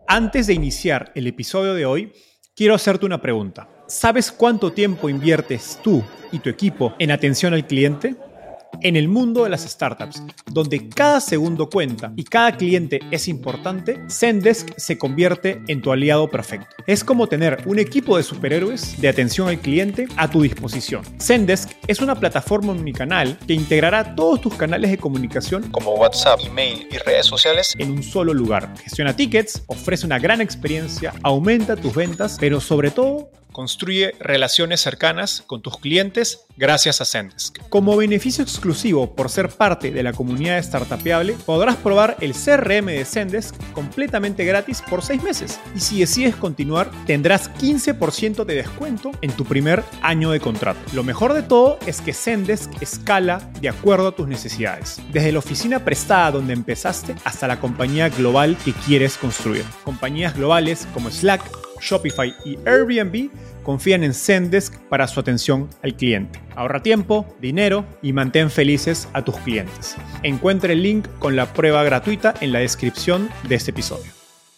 Antes de iniciar el episodio de hoy, quiero hacerte una pregunta. ¿Sabes cuánto tiempo inviertes tú y tu equipo en atención al cliente? En el mundo de las startups, donde cada segundo cuenta y cada cliente es importante, Zendesk se convierte en tu aliado perfecto. Es como tener un equipo de superhéroes de atención al cliente a tu disposición. Zendesk es una plataforma omnicanal que integrará todos tus canales de comunicación como WhatsApp, email y redes sociales en un solo lugar. Gestiona tickets, ofrece una gran experiencia, aumenta tus ventas, pero sobre todo, construye relaciones cercanas con tus clientes gracias a Zendesk. Como beneficio exclusivo por ser parte de la comunidad Startupeable, podrás probar el CRM de Zendesk completamente gratis por 6 meses. Y si decides continuar, tendrás 15% de descuento en tu primer año de contrato. Lo mejor de todo es que Zendesk escala de acuerdo a tus necesidades. Desde la oficina prestada donde empezaste hasta la compañía global que quieres construir. Compañías globales como Slack, Shopify y Airbnb confían en Zendesk para su atención al cliente. Ahorra tiempo, dinero y mantén felices a tus clientes. Encuentra el link con la prueba gratuita en la descripción de este episodio.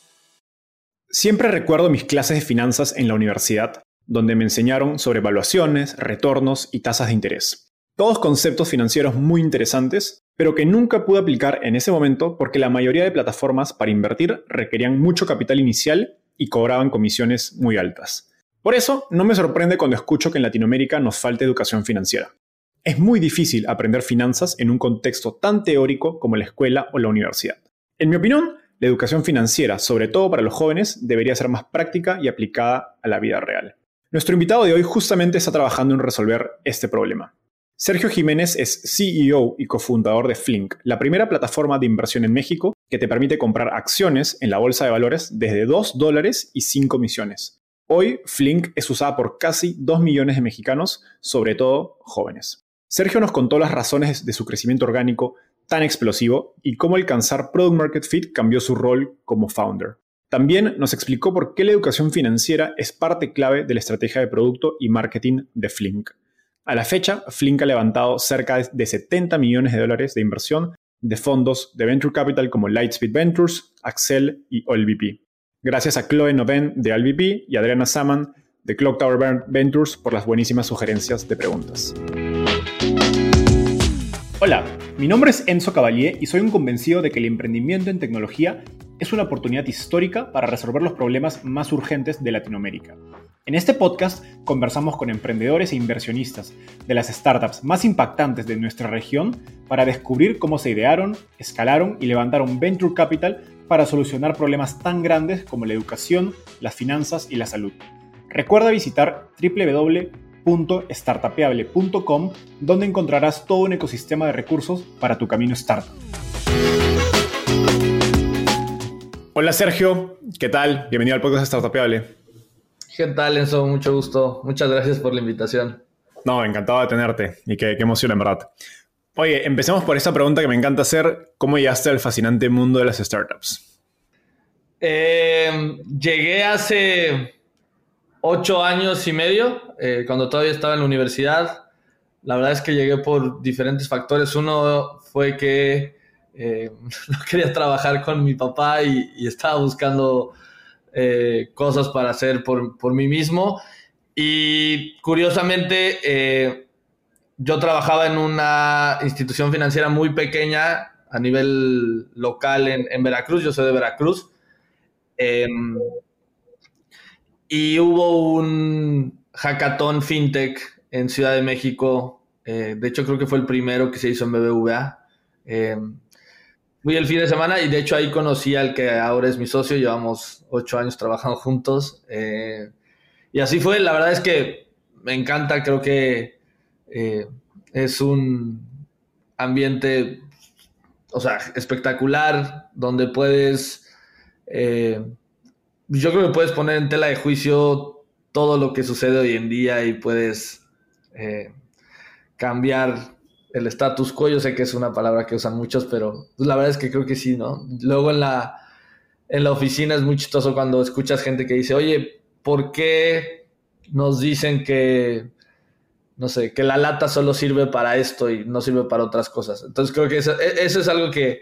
Siempre recuerdo mis clases de finanzas en la universidad, donde me enseñaron sobre evaluaciones, retornos y tasas de interés. Todos conceptos financieros muy interesantes, pero que nunca pude aplicar en ese momento porque la mayoría de plataformas para invertir requerían mucho capital inicial y cobraban comisiones muy altas. Por eso, no me sorprende cuando escucho que en Latinoamérica nos falta educación financiera. Es muy difícil aprender finanzas en un contexto tan teórico como la escuela o la universidad. En mi opinión, la educación financiera, sobre todo para los jóvenes, debería ser más práctica y aplicada a la vida real. Nuestro invitado de hoy justamente está trabajando en resolver este problema. Sergio Jiménez es CEO y cofundador de Flink, la primera plataforma de inversión en México que te permite comprar acciones en la bolsa de valores desde $2 y sin comisiones. Hoy, Flink es usada por casi 2 millones de mexicanos, sobre todo jóvenes. Sergio nos contó las razones de su crecimiento orgánico tan explosivo y cómo alcanzar Product Market Fit cambió su rol como founder. También nos explicó por qué la educación financiera es parte clave de la estrategia de producto y marketing de Flink. A la fecha, Flink ha levantado cerca de $70 millones de inversión de fondos de Venture Capital como Lightspeed Ventures, Accel y OLVP. Gracias a Chloe Noven de OLVP y Adriana Saman de Clock Tower Ventures por las buenísimas sugerencias de preguntas. Hola, mi nombre es Enzo Cavalier y soy un convencido de que el emprendimiento en tecnología es una oportunidad histórica para resolver los problemas más urgentes de Latinoamérica. En este podcast conversamos con emprendedores e inversionistas de las startups más impactantes de nuestra región para descubrir cómo se idearon, escalaron y levantaron venture capital para solucionar problemas tan grandes como la educación, las finanzas y la salud. Recuerda visitar www.startupeable.com, donde encontrarás todo un ecosistema de recursos para tu camino startup. Hola Sergio, ¿qué tal? Bienvenido al podcast Startupeable. ¿Qué tal, Enzo? Mucho gusto. Muchas gracias por la invitación. No, encantado de tenerte y qué emoción en verdad. Oye, empecemos por esta pregunta que me encanta hacer. ¿Cómo llegaste al fascinante mundo de las startups? Llegué hace 8 años y medio, cuando todavía estaba en la universidad. La verdad es que llegué por diferentes factores. Uno fue que no quería trabajar con mi papá y estaba buscando cosas para hacer por mí mismo. Y curiosamente, yo trabajaba en una institución financiera muy pequeña a nivel local en Veracruz. Yo soy de Veracruz. Y hubo un hackathon fintech en Ciudad de México. De hecho, creo que fue el primero que se hizo en BBVA. Fui el fin de semana y de hecho ahí conocí al que ahora es mi socio. Llevamos 8 años trabajando juntos. Y así fue. La verdad es que me encanta. Creo que es un ambiente, espectacular, donde puedes... yo creo que puedes poner en tela de juicio todo lo que sucede hoy en día y puedes cambiar el status quo. Yo sé que es una palabra que usan muchos, pero la verdad es que creo que sí, ¿no? Luego en la oficina es muy chistoso cuando escuchas gente que dice, oye, ¿por qué nos dicen que, no sé, que la lata solo sirve para esto y no sirve para otras cosas? Entonces creo que eso es algo que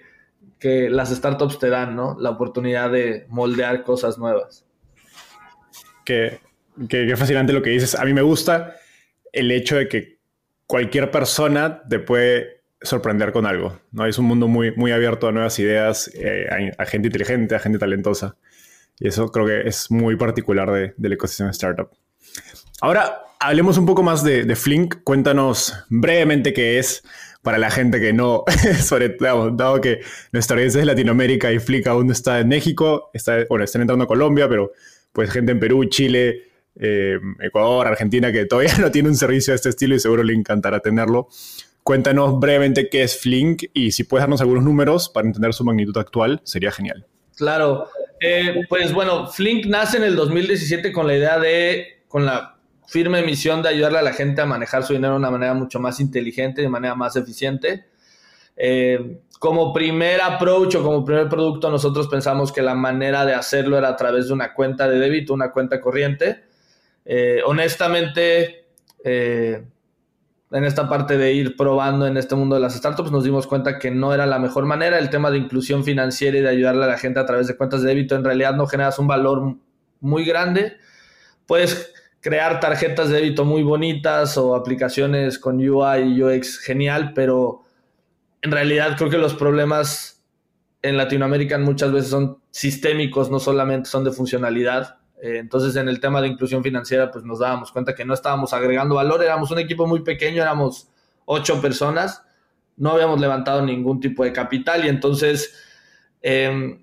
que las startups te dan, ¿no? La oportunidad de moldear cosas nuevas. Qué fascinante lo que dices. A mí me gusta el hecho de que cualquier persona te puede sorprender con algo, ¿no? Es un mundo muy, muy abierto a nuevas ideas, a gente inteligente, a gente talentosa. Y eso creo que es muy particular del ecosistema startup. Ahora, hablemos un poco más de Flink. Cuéntanos brevemente qué es para la gente que no, sobre todo, dado que nuestra audiencia es de Latinoamérica y Flink aún está en México, están entrando a Colombia, pero pues gente en Perú, Chile, Ecuador, Argentina, que todavía no tiene un servicio de este estilo y seguro le encantará tenerlo. Cuéntanos brevemente qué es Flink y si puedes darnos algunos números para entender su magnitud actual, sería genial. Claro. Pues bueno, Flink nace en el 2017 con la idea con la firme misión de ayudarle a la gente a manejar su dinero de una manera mucho más inteligente, de manera más eficiente. Como primer approach o como primer producto, nosotros pensamos que la manera de hacerlo era a través de una cuenta de débito, una cuenta corriente. Honestamente, en esta parte de ir probando en este mundo de las startups, nos dimos cuenta que no era la mejor manera. El tema de inclusión financiera y de ayudarle a la gente a través de cuentas de débito, en realidad no generas un valor muy grande. Puedes crear tarjetas de débito muy bonitas o aplicaciones con UI y UX genial, pero en realidad creo que los problemas en Latinoamérica muchas veces son sistémicos, no solamente son de funcionalidad. Entonces, en el tema de inclusión financiera, pues nos dábamos cuenta que no estábamos agregando valor. Éramos un equipo muy pequeño, éramos 8 personas, no habíamos levantado ningún tipo de capital y entonces en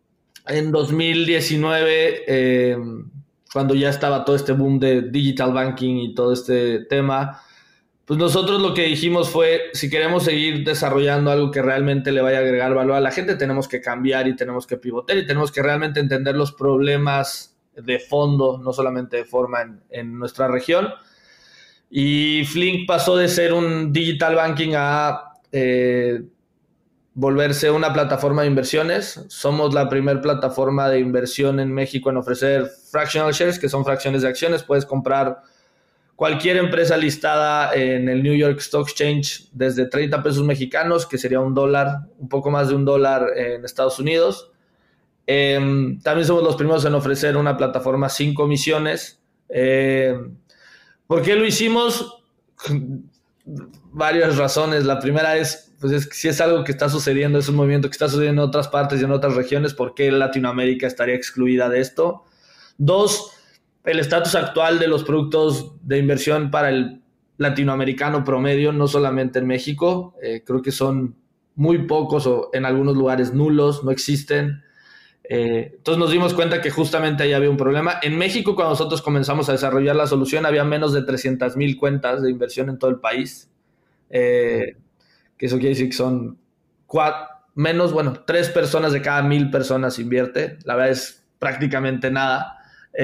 2019, cuando ya estaba todo este boom de digital banking y todo este tema, pues nosotros lo que dijimos fue, si queremos seguir desarrollando algo que realmente le vaya a agregar valor a la gente, tenemos que cambiar y tenemos que pivotear y tenemos que realmente entender los problemas de fondo, no solamente de forma en nuestra región. Y Flink pasó de ser un digital banking a volverse una plataforma de inversiones. Somos la primera plataforma de inversión en México en ofrecer fractional shares, que son fracciones de acciones. Puedes comprar cualquier empresa listada en el New York Stock Exchange desde 30 pesos mexicanos, que sería $1, un poco más de $1 en Estados Unidos. También somos los primeros en ofrecer una plataforma sin comisiones. ¿Por qué lo hicimos? Varias razones. La primera es que si es algo que está sucediendo, es un movimiento que está sucediendo en otras partes y en otras regiones, ¿por qué Latinoamérica estaría excluida de esto? 2, el estatus actual de los productos de inversión para el latinoamericano promedio, no solamente en México. Creo que son muy pocos o en algunos lugares nulos, no existen. Entonces nos dimos cuenta que justamente ahí había un problema. En México, cuando nosotros comenzamos a desarrollar la solución, había menos de 300,000 cuentas de inversión en todo el país. Que eso quiere decir que son 3 personas de cada 1,000 personas invierte. La verdad es prácticamente nada.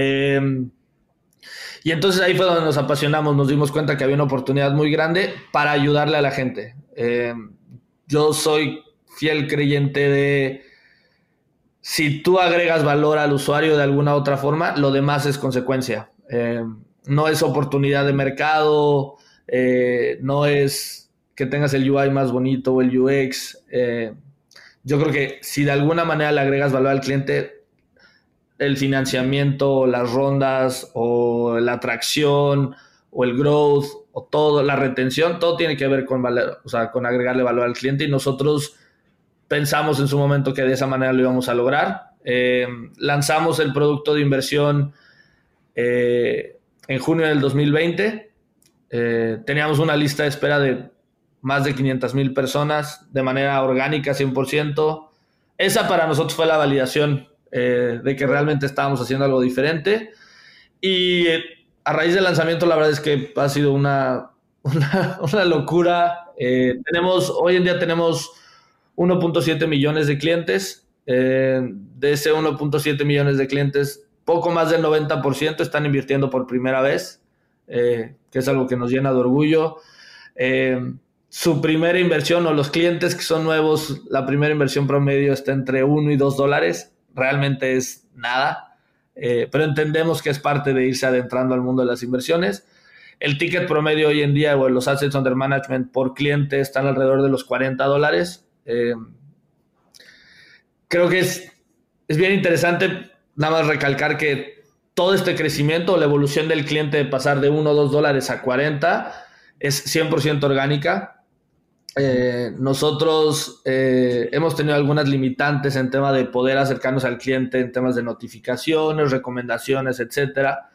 Y entonces ahí fue donde nos apasionamos. Nos dimos cuenta que había una oportunidad muy grande para ayudarle a la gente. Yo soy fiel creyente de si tú agregas valor al usuario de alguna otra forma, lo demás es consecuencia. No es oportunidad de mercado, no es que tengas el UI más bonito o el UX. Yo creo que si de alguna manera le agregas valor al cliente, el financiamiento, las rondas o la atracción o el growth o todo, la retención, todo tiene que ver con valor, o sea, con agregarle valor al cliente, y nosotros pensamos en su momento que de esa manera lo íbamos a lograr. Lanzamos el producto de inversión en junio del 2020. Teníamos una lista de espera de más de 500,000 personas de manera orgánica, 100%. Esa para nosotros fue la validación de que realmente estábamos haciendo algo diferente. Y a raíz del lanzamiento, la verdad es que ha sido una locura. Hoy en día tenemos 1.7 millones de clientes. De ese 1.7 millones de clientes, poco más del 90% están invirtiendo por primera vez, que es algo que nos llena de orgullo. Su primera inversión, o los clientes que son nuevos, la primera inversión promedio está entre $1 y $2. Realmente es nada, pero entendemos que es parte de irse adentrando al mundo de las inversiones. El ticket promedio hoy en día, o los assets under management por cliente, están alrededor de los $40. creo que es bien interesante nada más recalcar que todo este crecimiento, la evolución del cliente de pasar de 1 o 2 dólares a 40 es 100% orgánica. Nosotros hemos tenido algunas limitantes en tema de poder acercarnos al cliente en temas de notificaciones, recomendaciones, etcétera.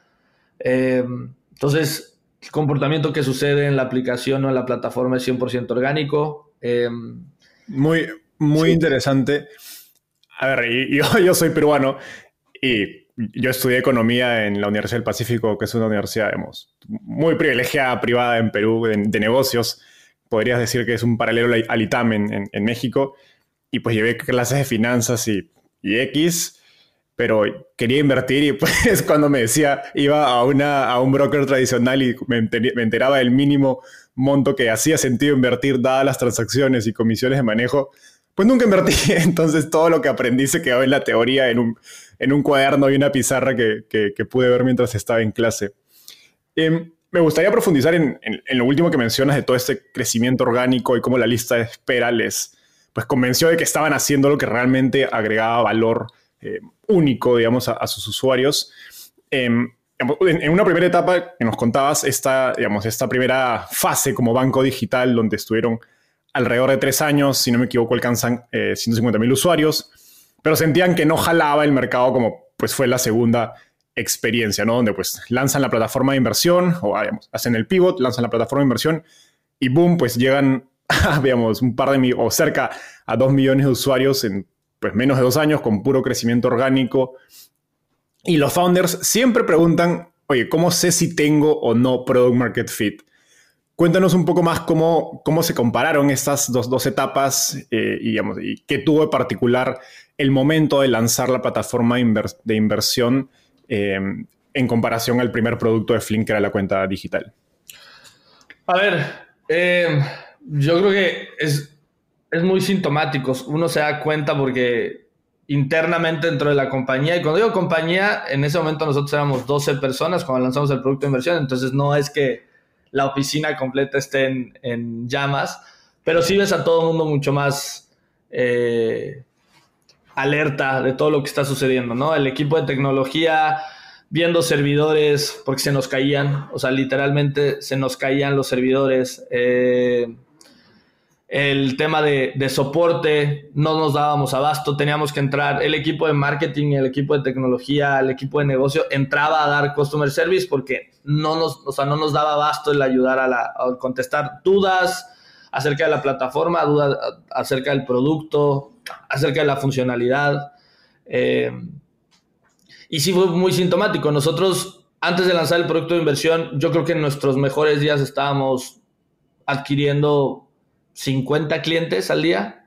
Entonces, el comportamiento que sucede en la aplicación o en la plataforma es 100% orgánico. Muy, muy sí. Interesante. A ver, yo soy peruano y yo estudié economía en la Universidad del Pacífico, que es una universidad, digamos, muy privilegiada, privada en Perú, de negocios. Podrías decir que es un paralelo al ITAM en México. Y pues llevé clases de finanzas y X, pero quería invertir y pues cuando me decía, iba a un broker tradicional y me enteraba del mínimo monto que hacía sentido invertir dadas las transacciones y comisiones de manejo, pues nunca invertí. Entonces todo lo que aprendí se quedó en la teoría, en un cuaderno y una pizarra que pude ver mientras estaba en clase. Me gustaría profundizar en lo último que mencionas de todo este crecimiento orgánico y cómo la lista de espera les pues, convenció de que estaban haciendo lo que realmente agregaba valor único, digamos, a sus usuarios. En una primera etapa que nos contabas, esta primera fase como banco digital, donde estuvieron alrededor de 3 años, si no me equivoco, alcanzan 150,000 usuarios, pero sentían que no jalaba el mercado como pues fue la segunda experiencia, ¿no? Donde pues lanzan la plataforma de inversión, o digamos, hacen el pivot, lanzan la plataforma de inversión y boom, pues llegan a, digamos, un par de millones, o cerca a 2 millones de usuarios en pues menos de 2 años con puro crecimiento orgánico. Y los founders siempre preguntan, oye, ¿cómo sé si tengo o no product market fit? Cuéntanos un poco más cómo se compararon estas dos etapas y qué tuvo de particular el momento de lanzar la plataforma de inversión en comparación al primer producto de Flink, que era la cuenta digital. A ver, yo creo que es muy sintomático. Uno se da cuenta porque internamente dentro de la compañía, y cuando digo compañía, en ese momento nosotros éramos 12 personas cuando lanzamos el producto de inversión, entonces no es que la oficina completa esté en llamas, pero sí ves a todo el mundo mucho más alerta de todo lo que está sucediendo, ¿no? El equipo de tecnología viendo servidores porque se nos caían, o sea, literalmente se nos caían los servidores. El tema de soporte, no nos dábamos abasto, teníamos que entrar, el equipo de marketing, el equipo de tecnología, el equipo de negocio entraba a dar customer service porque no nos daba abasto el ayudar a contestar dudas acerca de la plataforma, dudas acerca del producto, acerca de la funcionalidad. Y sí fue muy sintomático. Nosotros, antes de lanzar el producto de inversión, yo creo que en nuestros mejores días estábamos adquiriendo 50 clientes al día.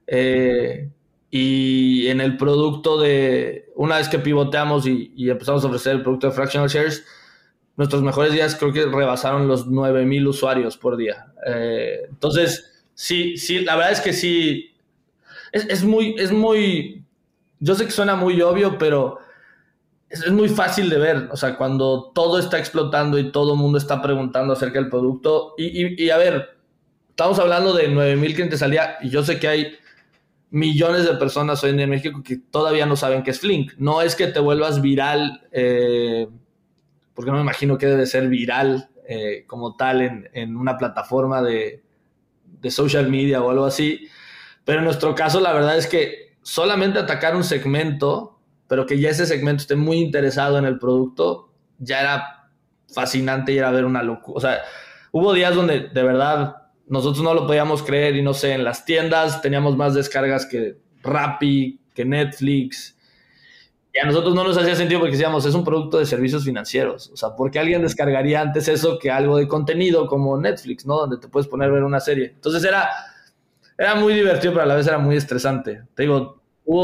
Y en el producto una vez que pivoteamos y empezamos a ofrecer el producto de Fractional Shares, nuestros mejores días creo que rebasaron los 9,000 usuarios por día. Entonces, sí, la verdad es que sí, es muy, yo sé que suena muy obvio, pero es muy fácil de ver, o sea, cuando todo está explotando y todo el mundo está preguntando acerca del producto. Y a ver, estamos hablando de 9,000 clientes al día y yo sé que hay millones de personas hoy en México que todavía no saben qué es Flink. No es que te vuelvas viral, porque no me imagino que debe ser viral como tal en una plataforma de social media o algo así. Pero en nuestro caso, la verdad es que solamente atacar un segmento, pero que ya ese segmento esté muy interesado en el producto, ya era fascinante y era ver una locura. O sea, hubo días donde de verdad nosotros no lo podíamos creer y no sé, en las tiendas teníamos más descargas que Rappi, que Netflix. Y a nosotros no nos hacía sentido porque decíamos, es un producto de servicios financieros. O sea, ¿por qué alguien descargaría antes eso que algo de contenido como Netflix, ¿no? Donde te puedes poner a ver una serie. Entonces era muy divertido, pero a la vez era muy estresante. Te digo,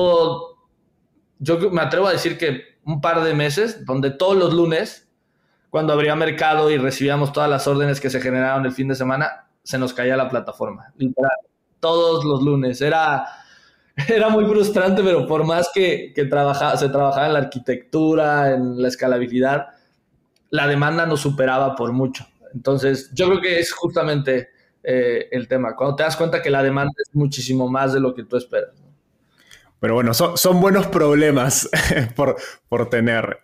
yo me atrevo a decir que un par de meses donde todos los lunes, cuando abría mercado y recibíamos todas las órdenes que se generaron el fin de semana, se nos caía la plataforma. Literal, todos los lunes. Era muy frustrante, pero por más que se trabajaba en la arquitectura, en la escalabilidad, la demanda nos superaba por mucho. Entonces, yo creo que es justamente el tema. Cuando te das cuenta que la demanda es muchísimo más de lo que tú esperas, ¿no? Pero bueno, son buenos problemas por tener.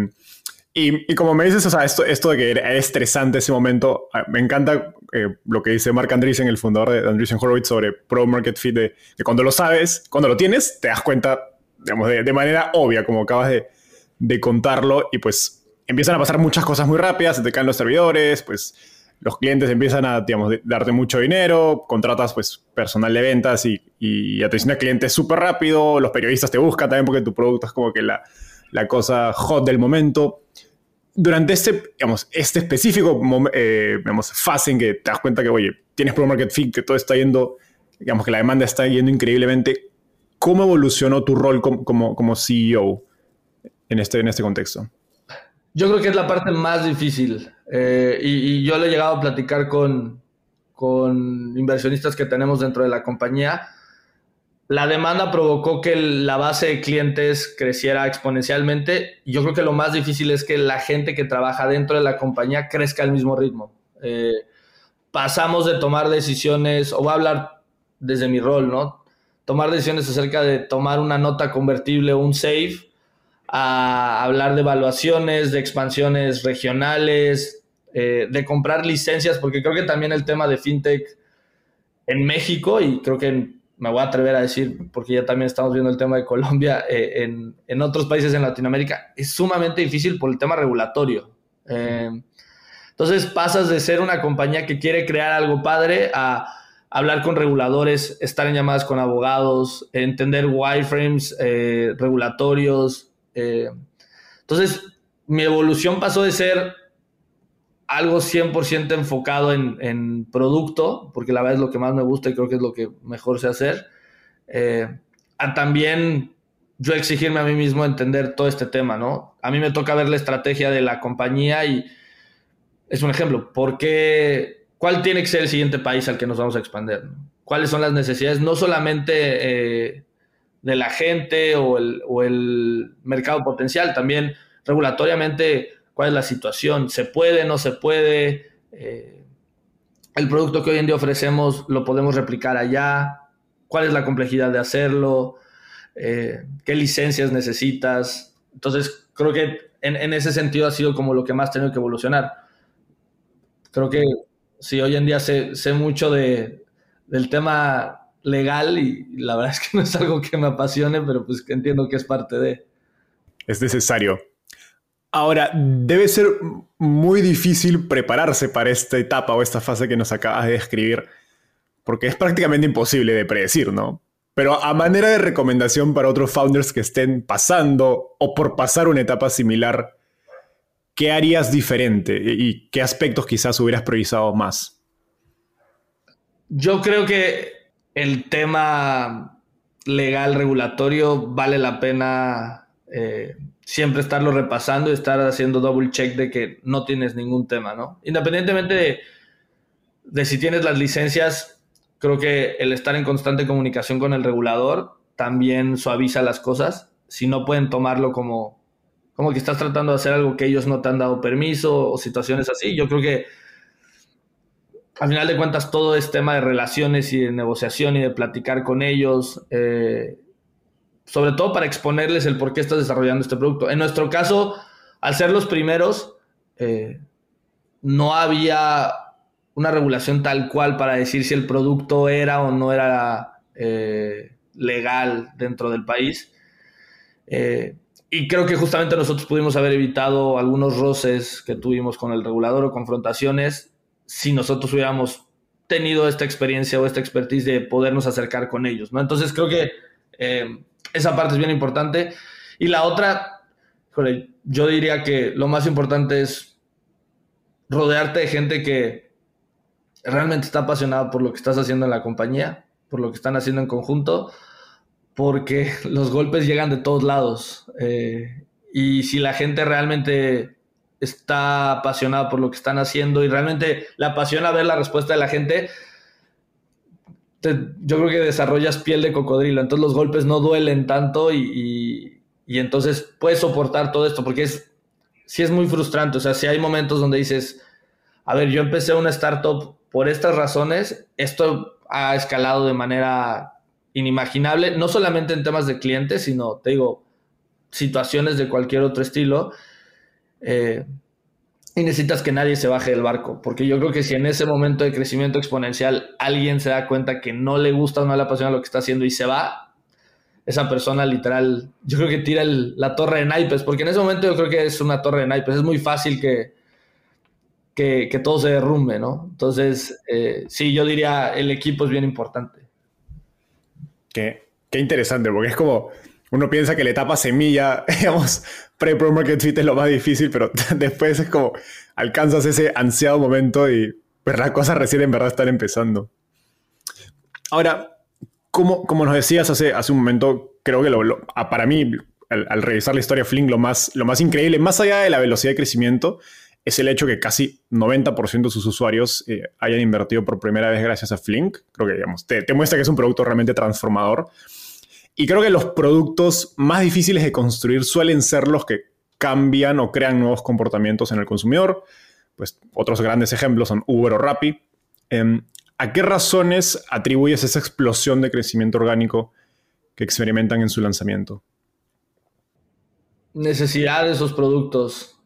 Y como me dices, o sea, esto de que era estresante ese momento, me encanta lo que dice Marc Andreessen, el fundador de Andreessen Horowitz, sobre Product Market Fit, de que cuando lo sabes, cuando lo tienes, te das cuenta, digamos, de manera obvia, como acabas de contarlo, y pues empiezan a pasar muchas cosas muy rápidas, se te caen los servidores, pues los clientes empiezan a, digamos, darte mucho dinero, contratas pues personal de ventas y atención al cliente súper rápido, los periodistas te buscan también porque tu producto es como que la cosa hot del momento. Durante este específico fase en que te das cuenta que, oye, tienes Product Market Fit, que todo está yendo, digamos que la demanda está yendo increíblemente, ¿cómo evolucionó tu rol como CEO en este contexto? Yo creo que es la parte más difícil y yo lo he llegado a platicar con inversionistas que tenemos dentro de la compañía. La demanda provocó que la base de clientes creciera exponencialmente. Yo creo que lo más difícil es que la gente que trabaja dentro de la compañía crezca al mismo ritmo. Pasamos de tomar decisiones, o voy a hablar desde mi rol, ¿no? Tomar decisiones acerca de tomar una nota convertible o un SAFE, a hablar de evaluaciones, de expansiones regionales, de comprar licencias, porque creo que también el tema de fintech en México, y creo que me voy a atrever a decir, porque ya también estamos viendo el tema de Colombia, en otros países en Latinoamérica, es sumamente difícil por el tema regulatorio. Entonces pasas de ser una compañía que quiere crear algo padre a hablar con reguladores, estar en llamadas con abogados, entender wireframes regulatorios. Entonces mi evolución pasó de ser algo 100% enfocado en producto, porque la verdad es lo que más me gusta y creo que es lo que mejor sé hacer, a también yo exigirme a mí mismo entender todo este tema, ¿no? A mí me toca ver la estrategia de la compañía y es un ejemplo. ¿Cuál tiene que ser el siguiente país al que nos vamos a expandir, ¿no? ¿Cuáles son las necesidades? No solamente de la gente o el mercado potencial, también regulatoriamente. ¿Cuál es la situación? ¿Se puede? ¿No se puede? El producto que hoy en día ofrecemos, ¿lo podemos replicar allá? ¿Cuál es la complejidad de hacerlo? ¿Qué licencias necesitas? Entonces, creo que en ese sentido ha sido como lo que más ha tenido que evolucionar. Creo que sí, hoy en día sé mucho del tema legal y la verdad es que no es algo que me apasione, pero pues entiendo que es parte de. Es necesario. Ahora, debe ser muy difícil prepararse para esta etapa o esta fase que nos acabas de describir, porque es prácticamente imposible de predecir, ¿no? Pero a manera de recomendación para otros founders que estén pasando o por pasar una etapa similar, ¿qué harías diferente y qué aspectos quizás hubieras priorizado más? Yo creo que el tema legal, regulatorio, vale la pena siempre estarlo repasando y estar haciendo double check de que no tienes ningún tema, ¿no? Independientemente de si tienes las licencias, creo que el estar en constante comunicación con el regulador también suaviza las cosas. Si no pueden tomarlo como que estás tratando de hacer algo que ellos no te han dado permiso o situaciones así. Yo creo que al final de cuentas todo es tema de relaciones y de negociación y de platicar con ellos, sobre todo para exponerles el por qué estás desarrollando este producto. En nuestro caso, al ser los primeros, no había una regulación tal cual para decir si el producto era o no era legal dentro del país. Y creo que justamente nosotros pudimos haber evitado algunos roces que tuvimos con el regulador o confrontaciones si nosotros hubiéramos tenido esta experiencia o esta expertise de podernos acercar con ellos, ¿no? Entonces creo que esa parte es bien importante. Y la otra, yo diría que lo más importante es rodearte de gente que realmente está apasionada por lo que estás haciendo en la compañía, por lo que están haciendo en conjunto, porque los golpes llegan de todos lados. Y si la gente realmente está apasionada por lo que están haciendo y realmente le apasiona ver la respuesta de la gente, yo creo que desarrollas piel de cocodrilo. Entonces los golpes no duelen tanto y entonces puedes soportar todo esto, porque sí es muy frustrante. O sea, si hay momentos donde dices, a ver, yo empecé una startup por estas razones, esto ha escalado de manera inimaginable, no solamente en temas de clientes, sino, te digo, situaciones de cualquier otro estilo. Y necesitas que nadie se baje del barco, porque yo creo que si en ese momento de crecimiento exponencial alguien se da cuenta que no le gusta o no le apasiona lo que está haciendo y se va, esa persona literal, yo creo que tira la torre de naipes, porque en ese momento yo creo que es una torre de naipes, es muy fácil que todo se derrumbe, ¿no? Entonces, sí, yo diría el equipo es bien importante. Qué interesante, porque es como... Uno piensa que la etapa semilla, digamos, pre-Pro Market Fit es lo más difícil, pero después es como alcanzas ese ansiado momento y pues las cosas recién en verdad están empezando. Ahora, como nos decías hace un momento, creo que para mí, al revisar la historia de Flink, lo más increíble, más allá de la velocidad de crecimiento, es el hecho que casi 90% de sus usuarios hayan invertido por primera vez gracias a Flink. Creo que, digamos, te muestra que es un producto realmente transformador. Y creo que los productos más difíciles de construir suelen ser los que cambian o crean nuevos comportamientos en el consumidor. Pues otros grandes ejemplos son Uber o Rappi. ¿A qué razones atribuyes esa explosión de crecimiento orgánico que experimentan en su lanzamiento? Necesidad de esos productos.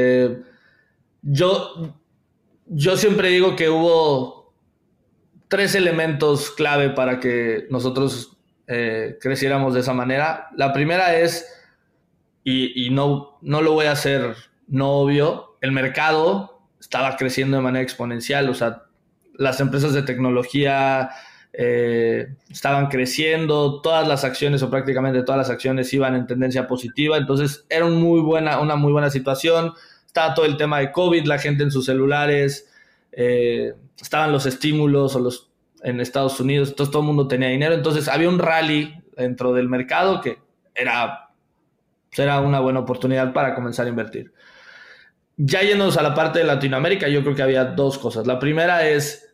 Yo siempre digo que hubo 3 elementos clave para que nosotros creciéramos de esa manera. La primera es, y no lo voy a hacer no obvio, el mercado estaba creciendo de manera exponencial, o sea, las empresas de tecnología estaban creciendo, todas las acciones o prácticamente todas las acciones iban en tendencia positiva, entonces era una muy buena situación. Estaba todo el tema de COVID, la gente en sus celulares, estaban los estímulos en Estados Unidos, entonces todo el mundo tenía dinero, entonces había un rally dentro del mercado que era una buena oportunidad para comenzar a invertir. Ya yéndonos a la parte de Latinoamérica, yo creo que había 2 cosas. La primera es,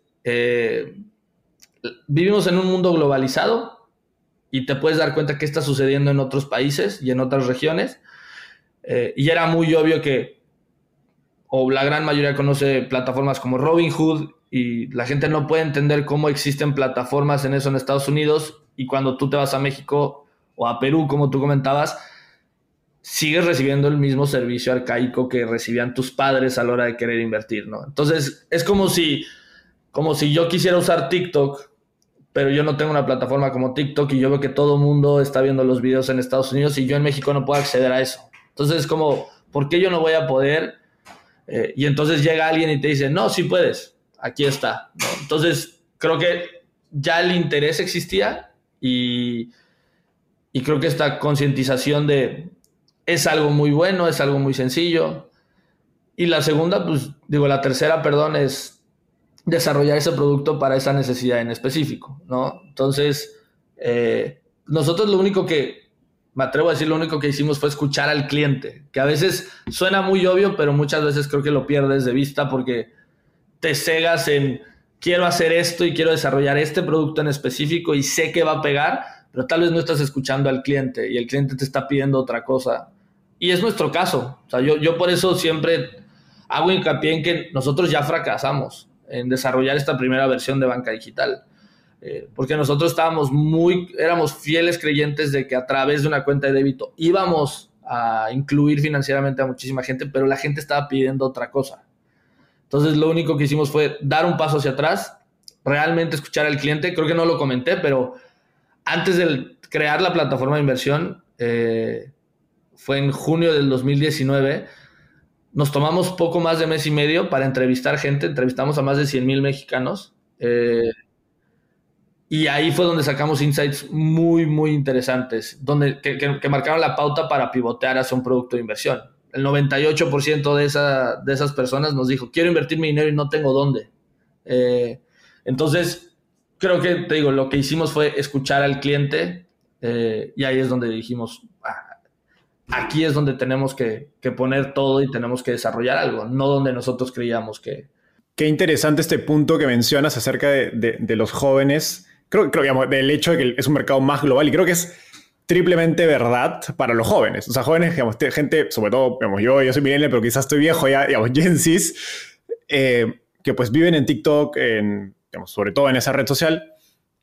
vivimos en un mundo globalizado y te puedes dar cuenta qué está sucediendo en otros países y en otras regiones, y era muy obvio que, o la gran mayoría conoce plataformas como Robinhood, y la gente no puede entender cómo existen plataformas en eso en Estados Unidos, y cuando tú te vas a México o a Perú, como tú comentabas, sigues recibiendo el mismo servicio arcaico que recibían tus padres a la hora de querer invertir, ¿no? Entonces, es como si yo quisiera usar TikTok, pero yo no tengo una plataforma como TikTok y yo veo que todo el mundo está viendo los videos en Estados Unidos y yo en México no puedo acceder a eso. Entonces, es como, ¿por qué yo no voy a poder? Y entonces llega alguien y te dice, no, sí puedes. Aquí está, ¿no? Entonces, creo que ya el interés existía y creo que esta concientización es algo muy bueno, es algo muy sencillo. Y la tercera, es desarrollar ese producto para esa necesidad en específico, ¿no? Entonces, nosotros lo único que hicimos fue escuchar al cliente, que a veces suena muy obvio, pero muchas veces creo que lo pierdes de vista porque te cegas en quiero hacer esto y quiero desarrollar este producto en específico y sé que va a pegar, pero tal vez no estás escuchando al cliente y el cliente te está pidiendo otra cosa. Y es nuestro caso. O sea, yo por eso siempre hago hincapié en que nosotros ya fracasamos en desarrollar esta primera versión de banca digital. Porque nosotros éramos fieles creyentes de que a través de una cuenta de débito íbamos a incluir financieramente a muchísima gente, pero la gente estaba pidiendo otra cosa. Entonces, lo único que hicimos fue dar un paso hacia atrás, realmente escuchar al cliente. Creo que no lo comenté, pero antes de crear la plataforma de inversión, fue en junio del 2019, nos tomamos poco más de mes y medio para entrevistar gente, entrevistamos a más de 100,000 mexicanos, y ahí fue donde sacamos insights muy, muy interesantes, que marcaron la pauta para pivotear hacia un producto de inversión. El 98% de esas personas nos dijo, quiero invertir mi dinero y no tengo dónde. Entonces, creo que, te digo, lo que hicimos fue escuchar al cliente, y ahí es donde dijimos, aquí es donde tenemos que poner todo y tenemos que desarrollar algo, no donde nosotros creíamos que... Qué interesante este punto que mencionas acerca de los jóvenes. Creo digamos, del hecho de que es un mercado más global, y creo que es triplemente verdad para los jóvenes. O sea, jóvenes, digamos, gente, sobre todo, digamos, yo soy millennial, pero quizás estoy viejo ya, digamos, Gen Zs, que pues viven en TikTok, digamos, sobre todo en esa red social,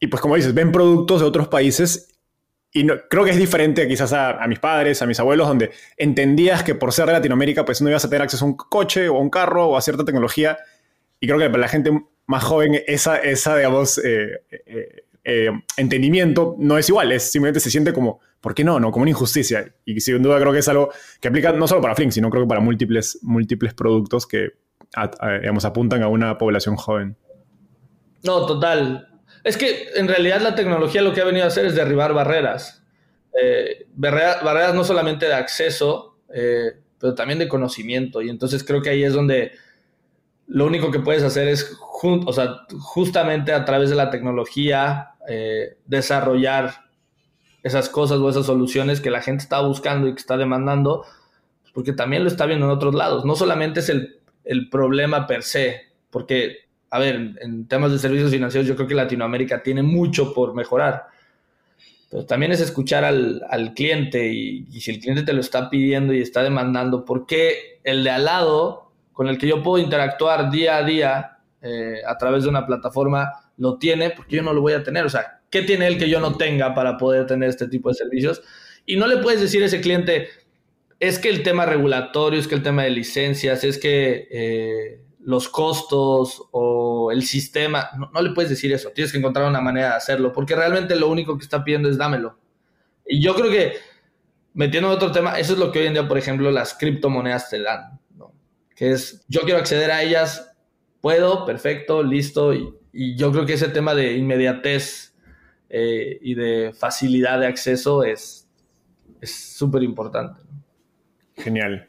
y pues como dices, ven productos de otros países y creo que es diferente quizás a mis padres, a mis abuelos, donde entendías que por ser de Latinoamérica pues no ibas a tener acceso a un coche o a un carro o a cierta tecnología. Y creo que para la gente más joven esa digamos, entendimiento no es igual. Simplemente se siente como, ¿por qué no? Como una injusticia. Y sin duda creo que es algo que aplica no solo para Flink, sino creo que para múltiples productos que digamos, apuntan a una población joven. No, total. Es que en realidad la tecnología lo que ha venido a hacer es derribar barreras. Barreras no solamente de acceso, pero también de conocimiento. Y entonces creo que ahí es donde lo único que puedes hacer es justamente a través de la tecnología desarrollar esas cosas o esas soluciones que la gente está buscando y que está demandando, porque también lo está viendo en otros lados. No solamente es el problema per se, porque, a ver, en temas de servicios financieros yo creo que Latinoamérica tiene mucho por mejorar, pero también es escuchar al cliente y si el cliente te lo está pidiendo y está demandando, ¿por qué el de al lado con el que yo puedo interactuar día a día a través de una plataforma lo tiene? Porque yo no lo voy a tener. O sea, ¿qué tiene él que yo no tenga para poder tener este tipo de servicios? Y no le puedes decir a ese cliente, es que el tema regulatorio, es que el tema de licencias, es que los costos o el sistema, no le puedes decir eso. Tienes que encontrar una manera de hacerlo, porque realmente lo único que está pidiendo es dámelo. Y yo creo que, metiendo en otro tema, eso es lo que hoy en día, por ejemplo, las criptomonedas te dan, ¿no? Que es, yo quiero acceder a ellas, puedo, perfecto, listo. Y yo creo que ese tema de inmediatez y de facilidad de acceso es súper importante, ¿no? Genial.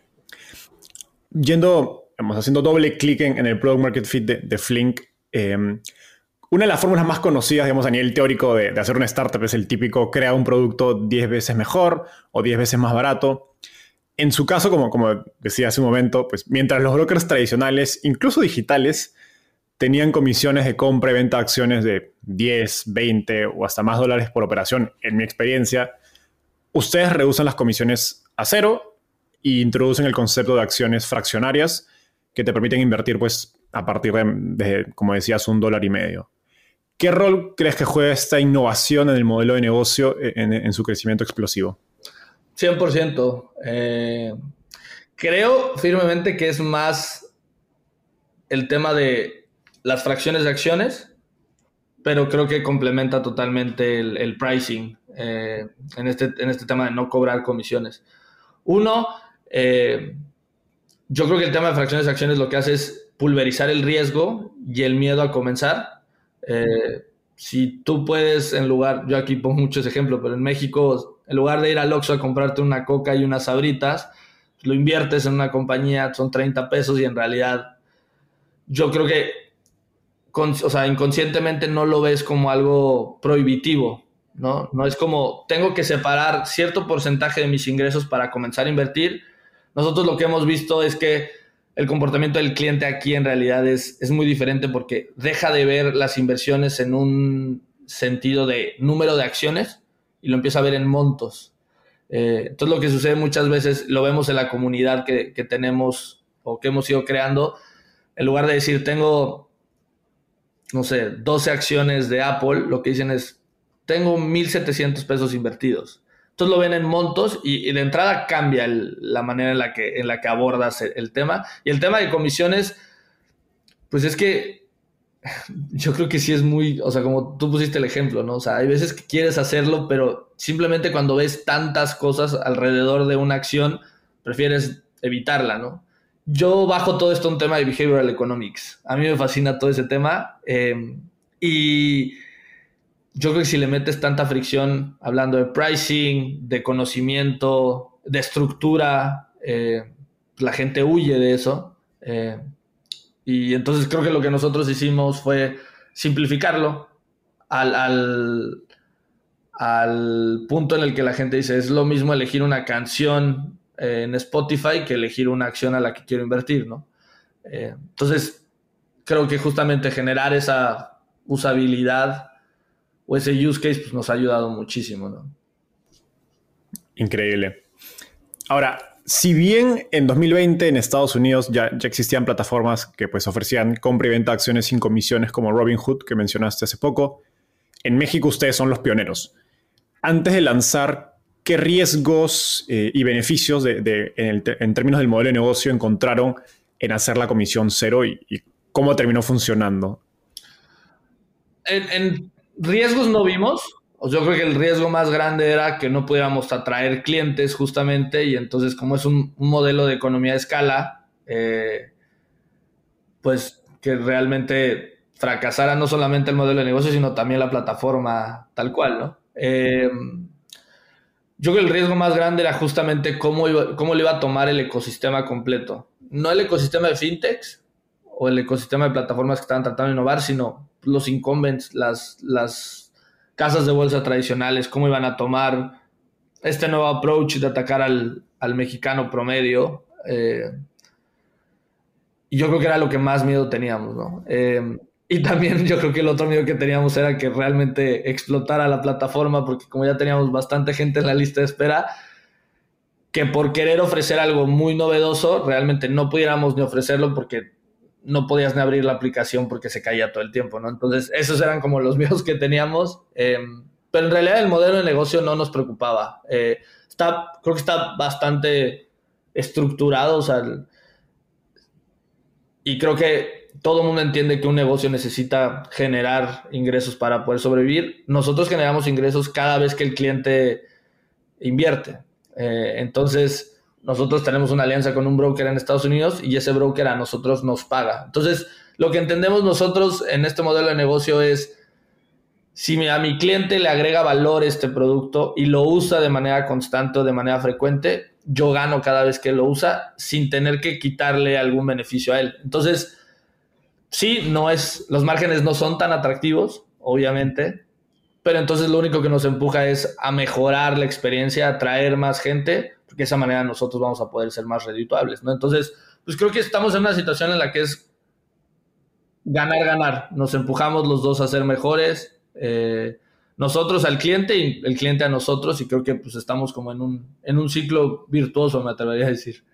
Haciendo doble clic en el Product Market Fit de Flink, una de las fórmulas más conocidas, digamos, a nivel teórico de hacer una startup es el típico crea un producto 10 veces mejor o 10 veces más barato. En su caso, como decía hace un momento, pues mientras los brokers tradicionales, incluso digitales, tenían comisiones de compra y venta de acciones de 10, 20 o hasta más dólares por operación, en mi experiencia, ustedes reducen las comisiones a cero e introducen el concepto de acciones fraccionarias que te permiten invertir pues, a partir de, como decías, $1.50. ¿Qué rol crees que juega esta innovación en el modelo de negocio en su crecimiento explosivo? 100%. Creo firmemente que es más el tema de las fracciones de acciones, pero creo que complementa totalmente el pricing en este tema de no cobrar comisiones. Uno, yo creo que el tema de fracciones de acciones lo que hace es pulverizar el riesgo y el miedo a comenzar. Si tú puedes, yo aquí pongo muchos ejemplos, pero en México, en lugar de ir al Oxxo a comprarte una Coca y unas Sabritas, lo inviertes en una compañía, son 30 pesos y en realidad yo creo que inconscientemente no lo ves como algo prohibitivo, ¿no? No es como, tengo que separar cierto porcentaje de mis ingresos para comenzar a invertir. Nosotros lo que hemos visto es que el comportamiento del cliente aquí en realidad es muy diferente porque deja de ver las inversiones en un sentido de número de acciones y lo empieza a ver en montos. Entonces lo que sucede muchas veces, lo vemos en la comunidad que tenemos o que hemos ido creando, en lugar de decir tengo, no sé, 12 acciones de Apple, lo que dicen es tengo 1,700 pesos invertidos. Entonces lo ven en montos y de entrada cambia la manera en la que abordas el tema. Y el tema de comisiones, pues es que yo creo que sí es muy, o sea, como tú pusiste el ejemplo, ¿no? O sea, hay veces que quieres hacerlo, pero simplemente cuando ves tantas cosas alrededor de una acción, prefieres evitarla, ¿no? Yo bajo todo esto a un tema de behavioral economics. A mí me fascina todo ese tema y yo creo que si le metes tanta fricción hablando de pricing, de conocimiento, de estructura, la gente huye de eso. Y entonces creo que lo que nosotros hicimos fue simplificarlo al punto en el que la gente dice, es lo mismo elegir una canción en Spotify que elegir una acción a la que quiero invertir, ¿no? Entonces creo que justamente generar esa usabilidad o ese use case pues, nos ha ayudado muchísimo, ¿no? Increíble. Ahora, si bien en 2020 en Estados Unidos ya existían plataformas que pues, ofrecían compra y venta de acciones sin comisiones como Robinhood, que mencionaste hace poco, en México ustedes son los pioneros. Antes de lanzar, ¿qué riesgos y beneficios en términos del modelo de negocio encontraron en hacer la comisión cero y cómo terminó funcionando? En riesgos no vimos. Yo creo que el riesgo más grande era que no pudiéramos atraer clientes justamente, y entonces como es un modelo de economía de escala, pues que realmente fracasara no solamente el modelo de negocio, sino también la plataforma tal cual, ¿no? Yo creo que el riesgo más grande era justamente cómo le iba a tomar el ecosistema completo. No el ecosistema de fintechs o el ecosistema de plataformas que estaban tratando de innovar, sino los incumbents, las casas de bolsa tradicionales, cómo iban a tomar este nuevo approach de atacar al mexicano promedio. Y yo creo que era lo que más miedo teníamos, ¿no? Y también yo creo que el otro miedo que teníamos era que realmente explotara la plataforma, porque como ya teníamos bastante gente en la lista de espera, que por querer ofrecer algo muy novedoso, realmente no pudiéramos ni ofrecerlo porque no podías ni abrir la aplicación porque se caía todo el tiempo, ¿no? Entonces, esos eran como los miedos que teníamos. Pero en realidad el modelo de negocio no nos preocupaba. Creo que está bastante estructurado, o sea, y creo que todo el mundo entiende que un negocio necesita generar ingresos para poder sobrevivir. Nosotros generamos ingresos cada vez que el cliente invierte. Entonces, nosotros tenemos una alianza con un broker en Estados Unidos y ese broker a nosotros nos paga. Entonces, lo que entendemos nosotros en este modelo de negocio es, si a mi cliente le agrega valor este producto y lo usa de manera constante o de manera frecuente, yo gano cada vez que lo usa sin tener que quitarle algún beneficio a él. Entonces, sí, los márgenes no son tan atractivos, obviamente, pero entonces lo único que nos empuja es a mejorar la experiencia, a atraer más gente, porque de esa manera nosotros vamos a poder ser más redituables, ¿no? Entonces, pues creo que estamos en una situación en la que es ganar, ganar. Nos empujamos los dos a ser mejores, nosotros al cliente y el cliente a nosotros, y creo que pues estamos como en un ciclo virtuoso, me atrevería a decir.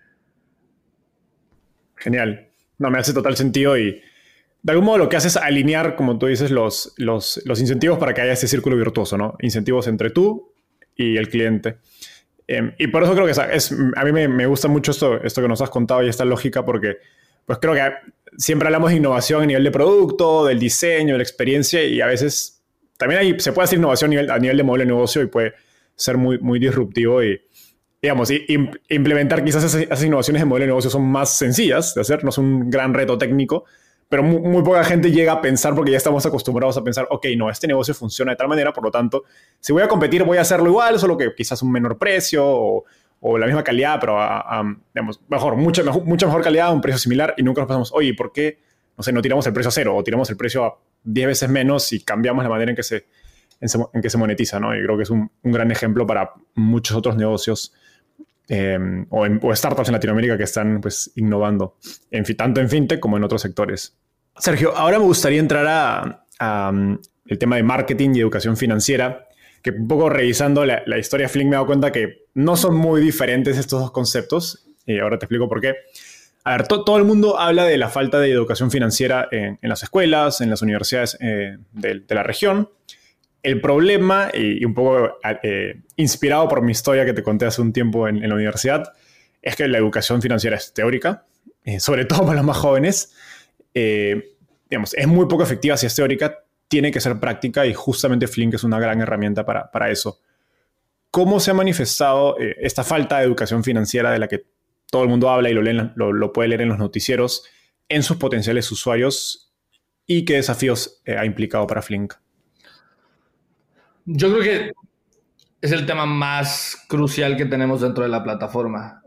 Genial. No, me hace total sentido y de algún modo lo que hace es alinear, como tú dices, los incentivos para que haya este círculo virtuoso, ¿no? Incentivos entre tú y el cliente. Y por eso creo que a mí me gusta mucho esto que nos has contado y esta lógica, porque pues creo que siempre hablamos de innovación a nivel de producto, del diseño, de la experiencia, y a veces también se puede hacer innovación a nivel de modelo de negocio y puede ser muy, muy disruptivo y, digamos, implementar quizás esas innovaciones de modelo de negocio son más sencillas de hacer, no es un gran reto técnico, pero muy poca gente llega a pensar porque ya estamos acostumbrados a pensar, ok, no, este negocio funciona de tal manera, por lo tanto, si voy a competir voy a hacerlo igual, solo que quizás un menor precio o la misma calidad, pero digamos, mucha mejor calidad a un precio similar, y nunca nos pensamos, oye, ¿por qué no tiramos el precio a cero o tiramos el precio a 10 veces menos y cambiamos la manera en que se monetiza, ¿no? Y creo que es un gran ejemplo para muchos otros negocios o startups en Latinoamérica que están pues innovando, tanto en fintech como en otros sectores. Sergio, ahora me gustaría entrar a el tema de marketing y educación financiera, que un poco revisando la historia de Flink me he dado cuenta que no son muy diferentes estos dos conceptos, y ahora te explico por qué. A ver, todo el mundo habla de la falta de educación financiera en las escuelas, en las universidades de la región. El problema, y un poco inspirado por mi historia que te conté hace un tiempo en la universidad, es que la educación financiera es teórica, sobre todo para los más jóvenes. Digamos, es muy poco efectiva si es teórica, tiene que ser práctica, y justamente Flink es una gran herramienta para eso. ¿Cómo se ha manifestado esta falta de educación financiera de la que todo el mundo habla y lo puede leer en los noticieros en sus potenciales usuarios, y qué desafíos ha implicado para Flink? Yo creo que es el tema más crucial que tenemos dentro de la plataforma.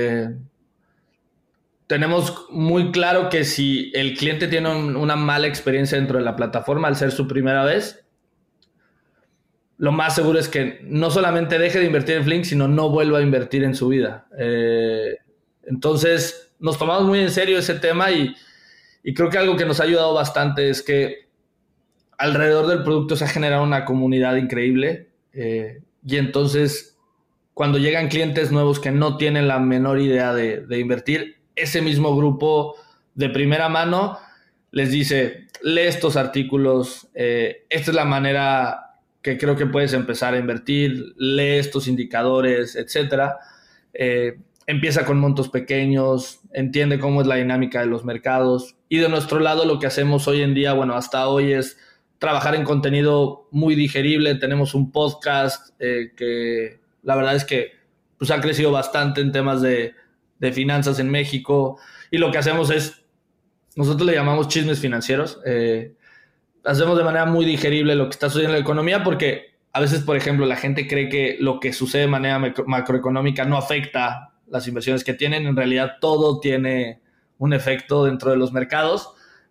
Tenemos muy claro que si el cliente tiene una mala experiencia dentro de la plataforma al ser su primera vez, lo más seguro es que no solamente deje de invertir en Flink, sino no vuelva a invertir en su vida. Entonces, nos tomamos muy en serio ese tema y creo que algo que nos ha ayudado bastante es que alrededor del producto se ha generado una comunidad increíble, y entonces cuando llegan clientes nuevos que no tienen la menor idea de invertir, ese mismo grupo de primera mano les dice, lee estos artículos, esta es la manera que creo que puedes empezar a invertir, lee estos indicadores, etcétera. Empieza con montos pequeños, entiende cómo es la dinámica de los mercados. Y de nuestro lado lo que hacemos hoy en día, bueno, hasta hoy es trabajar en contenido muy digerible. Tenemos un podcast que la verdad es que pues, ha crecido bastante en temas de finanzas en México. Y lo que hacemos es, nosotros le llamamos chismes financieros. Hacemos de manera muy digerible lo que está sucediendo en la economía porque a veces, por ejemplo, la gente cree que lo que sucede de manera macroeconómica no afecta las inversiones que tienen. En realidad todo tiene un efecto dentro de los mercados.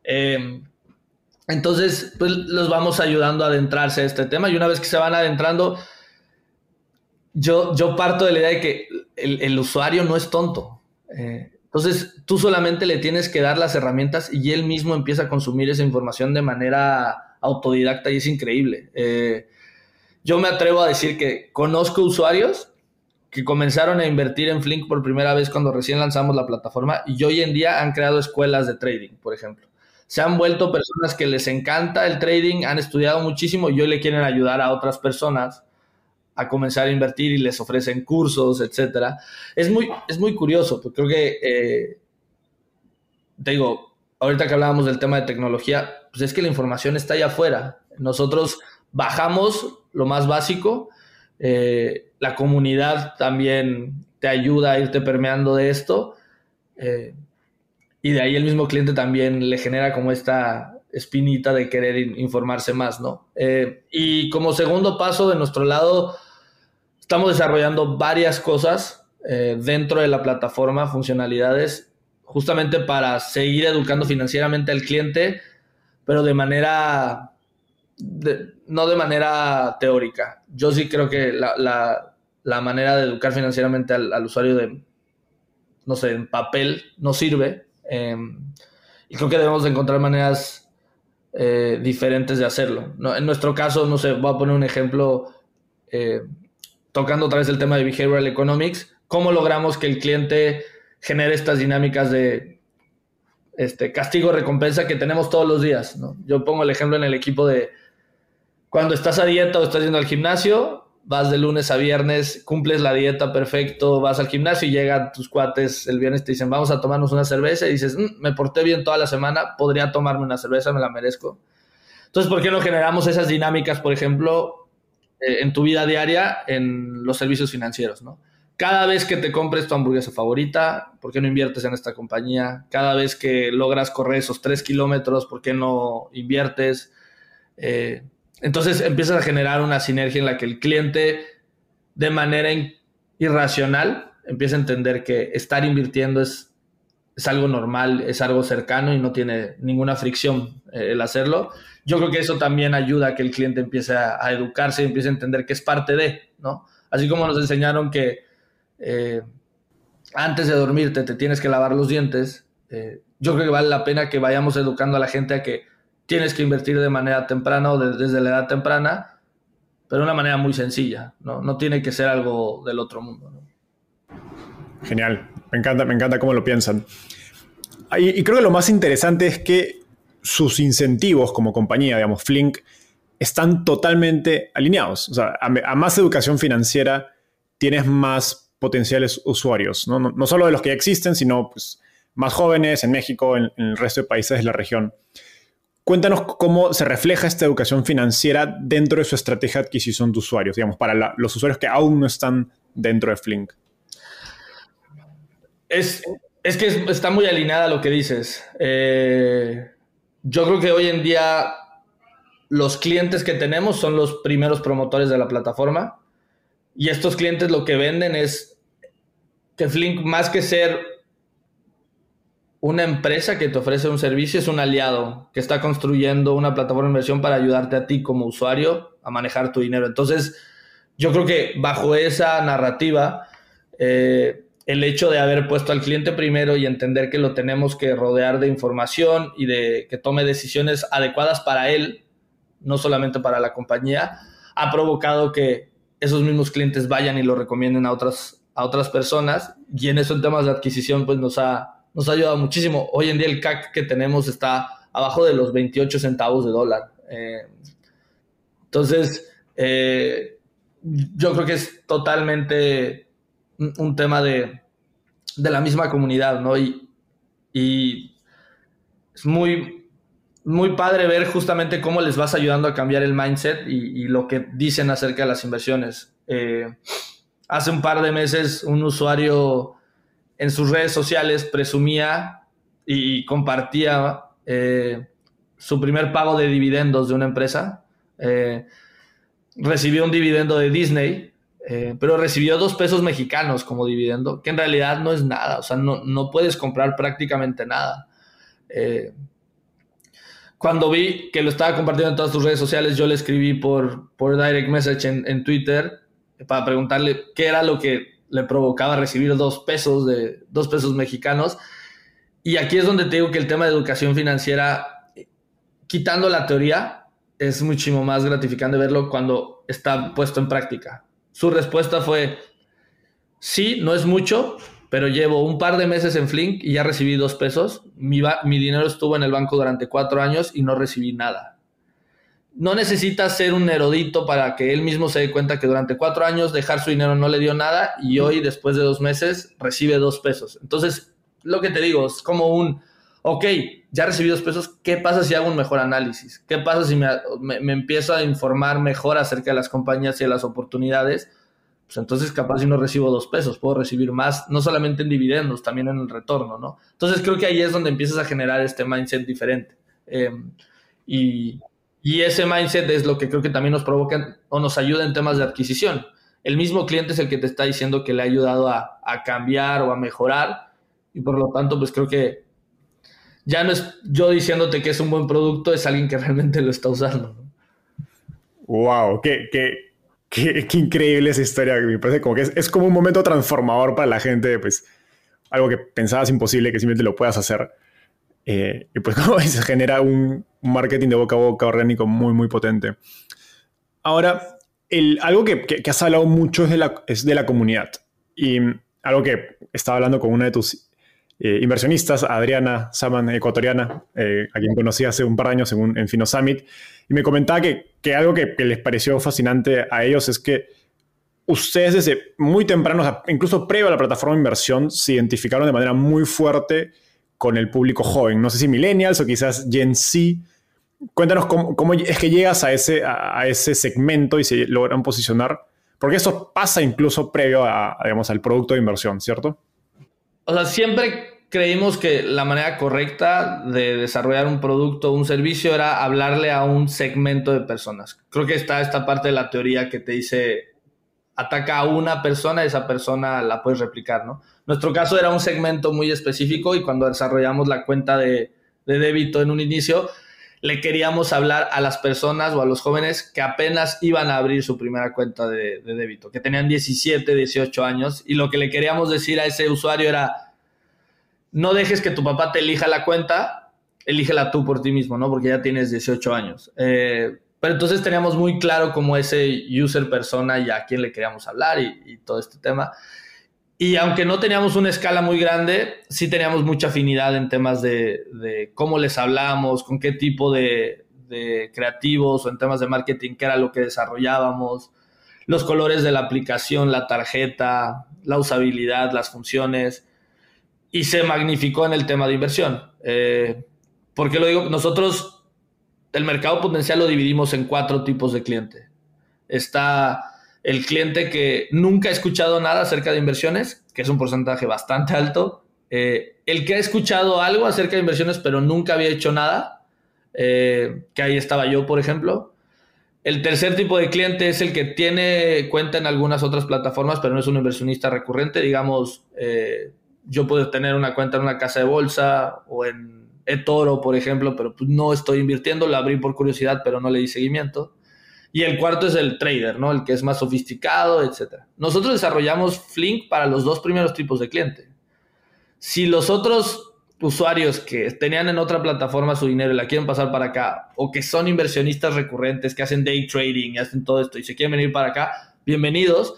Entonces, pues los vamos ayudando a adentrarse a este tema y una vez que se van adentrando, yo parto de la idea de que el usuario no es tonto. Entonces, tú solamente le tienes que dar las herramientas y él mismo empieza a consumir esa información de manera autodidacta y es increíble. Yo me atrevo a decir que conozco usuarios que comenzaron a invertir en Flink por primera vez cuando recién lanzamos la plataforma y hoy en día han creado escuelas de trading, por ejemplo. Se han vuelto personas que les encanta el trading, han estudiado muchísimo y hoy le quieren ayudar a otras personas a comenzar a invertir y les ofrecen cursos, etcétera. Es muy curioso, porque creo que, te digo, ahorita que hablábamos del tema de tecnología, pues es que la información está allá afuera. Nosotros bajamos lo más básico, la comunidad también te ayuda a irte permeando de esto, y de ahí el mismo cliente también le genera como esta espinita de querer informarse más, ¿no? Y como segundo paso de nuestro lado, estamos desarrollando varias cosas dentro de la plataforma, funcionalidades, justamente para seguir educando financieramente al cliente, pero de manera, no de manera teórica. Yo sí creo que la manera de educar financieramente al usuario no sé, en papel no sirve. Y creo que debemos de encontrar maneras diferentes de hacerlo, ¿no? En nuestro caso, no sé, voy a poner un ejemplo tocando otra vez el tema de Behavioral Economics. ¿Cómo logramos que el cliente genere estas dinámicas de castigo-recompensa que tenemos todos los días, ¿no? Yo pongo el ejemplo en el equipo de cuando estás a dieta o estás yendo al gimnasio, vas de lunes a viernes, cumples la dieta perfecto, vas al gimnasio y llegan tus cuates el viernes y te dicen, vamos a tomarnos una cerveza, y dices, me porté bien toda la semana, podría tomarme una cerveza, me la merezco. Entonces, ¿por qué no generamos esas dinámicas, por ejemplo, en tu vida diaria, en los servicios financieros, ¿no? Cada vez que te compres tu hamburguesa favorita, ¿por qué no inviertes en esta compañía? Cada vez que logras correr esos 3 kilómetros, ¿por qué no inviertes? Entonces empiezas a generar una sinergia en la que el cliente, de manera irracional, empieza a entender que estar invirtiendo es algo normal, es algo cercano y no tiene ninguna fricción el hacerlo. Yo creo que eso también ayuda a que el cliente empiece a educarse y empiece a entender que es parte de, ¿no? Así como nos enseñaron que antes de dormirte te tienes que lavar los dientes, yo creo que vale la pena que vayamos educando a la gente a que tienes que invertir de manera temprana o desde la edad temprana, pero de una manera muy sencilla, ¿no? No tiene que ser algo del otro mundo, ¿no? Genial, me encanta cómo lo piensan. Y creo que lo más interesante es que sus incentivos como compañía, digamos, Flink, están totalmente alineados. O sea, a más educación financiera tienes más potenciales usuarios, ¿no? No solo de los que ya existen, sino pues, más jóvenes en México, en el resto de países de la región. Cuéntanos cómo se refleja esta educación financiera dentro de su estrategia de adquisición de usuarios, digamos, para los usuarios que aún no están dentro de Flink. Es que está muy alineada lo que dices. Yo creo que hoy en día los clientes que tenemos son los primeros promotores de la plataforma y estos clientes lo que venden es que Flink, más que ser una empresa que te ofrece un servicio, es un aliado que está construyendo una plataforma de inversión para ayudarte a ti como usuario a manejar tu dinero. Entonces, yo creo que bajo esa narrativa, el hecho de haber puesto al cliente primero y entender que lo tenemos que rodear de información y de que tome decisiones adecuadas para él, no solamente para la compañía, ha provocado que esos mismos clientes vayan y lo recomienden a otras personas, y en eso en temas de adquisición pues nos ha ayudado muchísimo. Hoy en día el CAC que tenemos está abajo de los 28 centavos de dólar. Entonces, yo creo que es totalmente un tema de la misma comunidad, ¿no? Y es muy, muy padre ver justamente cómo les vas ayudando a cambiar el mindset y lo que dicen acerca de las inversiones. Hace un par de meses un usuario en sus redes sociales presumía y compartía su primer pago de dividendos de una empresa. Recibió un dividendo de Disney, pero recibió 2 pesos mexicanos como dividendo, que en realidad no es nada, o sea, no puedes comprar prácticamente nada. Cuando vi que lo estaba compartiendo en todas tus redes sociales, yo le escribí por direct message en Twitter para preguntarle qué era lo que le provocaba recibir 2 pesos mexicanos. Y aquí es donde te digo que el tema de educación financiera, quitando la teoría, es muchísimo más gratificante verlo cuando está puesto en práctica. Su respuesta fue, sí, no es mucho, pero llevo un par de meses en Flink y ya recibí 2 pesos. Mi dinero estuvo en el banco durante 4 años y no recibí nada. No necesitas ser un erudito para que él mismo se dé cuenta que durante 4 años dejar su dinero no le dio nada y hoy, después de 2 meses, recibe 2 pesos. Entonces, lo que te digo, es como ok, ya recibí 2 pesos, ¿qué pasa si hago un mejor análisis? ¿Qué pasa si me empiezo a informar mejor acerca de las compañías y de las oportunidades? Pues entonces capaz si no recibo 2 pesos, puedo recibir más, no solamente en dividendos, también en el retorno, ¿no? Entonces creo que ahí es donde empiezas a generar este mindset diferente. Y ese mindset es lo que creo que también nos provoca o nos ayuda en temas de adquisición. El mismo cliente es el que te está diciendo que le ha ayudado a cambiar o a mejorar, y por lo tanto, pues creo que ya no es yo diciéndote que es un buen producto, es alguien que realmente lo está usando, ¿no? ¡Wow! Qué increíble esa historia. Me parece como que es como un momento transformador para la gente, pues algo que pensabas imposible, que simplemente lo puedas hacer. Y pues como se genera un marketing de boca a boca orgánico muy, muy potente. Ahora, algo que has hablado mucho es de la comunidad. Y algo que estaba hablando con una de tus inversionistas, Adriana Saman, ecuatoriana, a quien conocí hace un par de años en FinoSummit, y me comentaba que algo que les pareció fascinante a ellos es que ustedes desde muy temprano, o sea, incluso previo a la plataforma de inversión, se identificaron de manera muy fuerte con el público joven. No sé si millennials o quizás Gen Z. Cuéntanos cómo es que llegas a ese segmento y se logran posicionar, porque eso pasa incluso previo digamos, al producto de inversión, ¿cierto? O sea, siempre creímos que la manera correcta de desarrollar un producto o un servicio era hablarle a un segmento de personas. Creo que está esta parte de la teoría que te dice, ataca a una persona, esa persona la puedes replicar, ¿no? Nuestro caso era un segmento muy específico y cuando desarrollamos la cuenta de débito en un inicio, le queríamos hablar a las personas o a los jóvenes que apenas iban a abrir su primera cuenta de débito, que tenían 17, 18 años, y lo que le queríamos decir a ese usuario era, no dejes que tu papá te elija la cuenta, elígela tú por ti mismo, ¿no? Porque ya tienes 18 años. Pero entonces teníamos muy claro como ese user persona y a quién le queríamos hablar y todo este tema. Y aunque no teníamos una escala muy grande, sí teníamos mucha afinidad en temas de cómo les hablamos, con qué tipo de creativos o en temas de marketing, qué era lo que desarrollábamos, los colores de la aplicación, la tarjeta, la usabilidad, las funciones. Y se magnificó en el tema de inversión. ¿Por qué lo digo? Nosotros el mercado potencial lo dividimos en 4 tipos de cliente. Está el cliente que nunca ha escuchado nada acerca de inversiones, que es un porcentaje bastante alto. El que ha escuchado algo acerca de inversiones, pero nunca había hecho nada, que ahí estaba yo, por ejemplo. El tercer tipo de cliente es el que tiene cuenta en algunas otras plataformas, pero no es un inversionista recurrente. Digamos, yo puedo tener una cuenta en una casa de bolsa o en eToro, por ejemplo, pero pues no estoy invirtiendo, la abrí por curiosidad, pero no le di seguimiento. Y el cuarto es el trader, ¿no? El que es más sofisticado, etc. Nosotros desarrollamos Flink para los 2 primeros tipos de cliente. Si los otros usuarios que tenían en otra plataforma su dinero y la quieren pasar para acá, o que son inversionistas recurrentes, que hacen day trading y hacen todo esto y se quieren venir para acá, bienvenidos,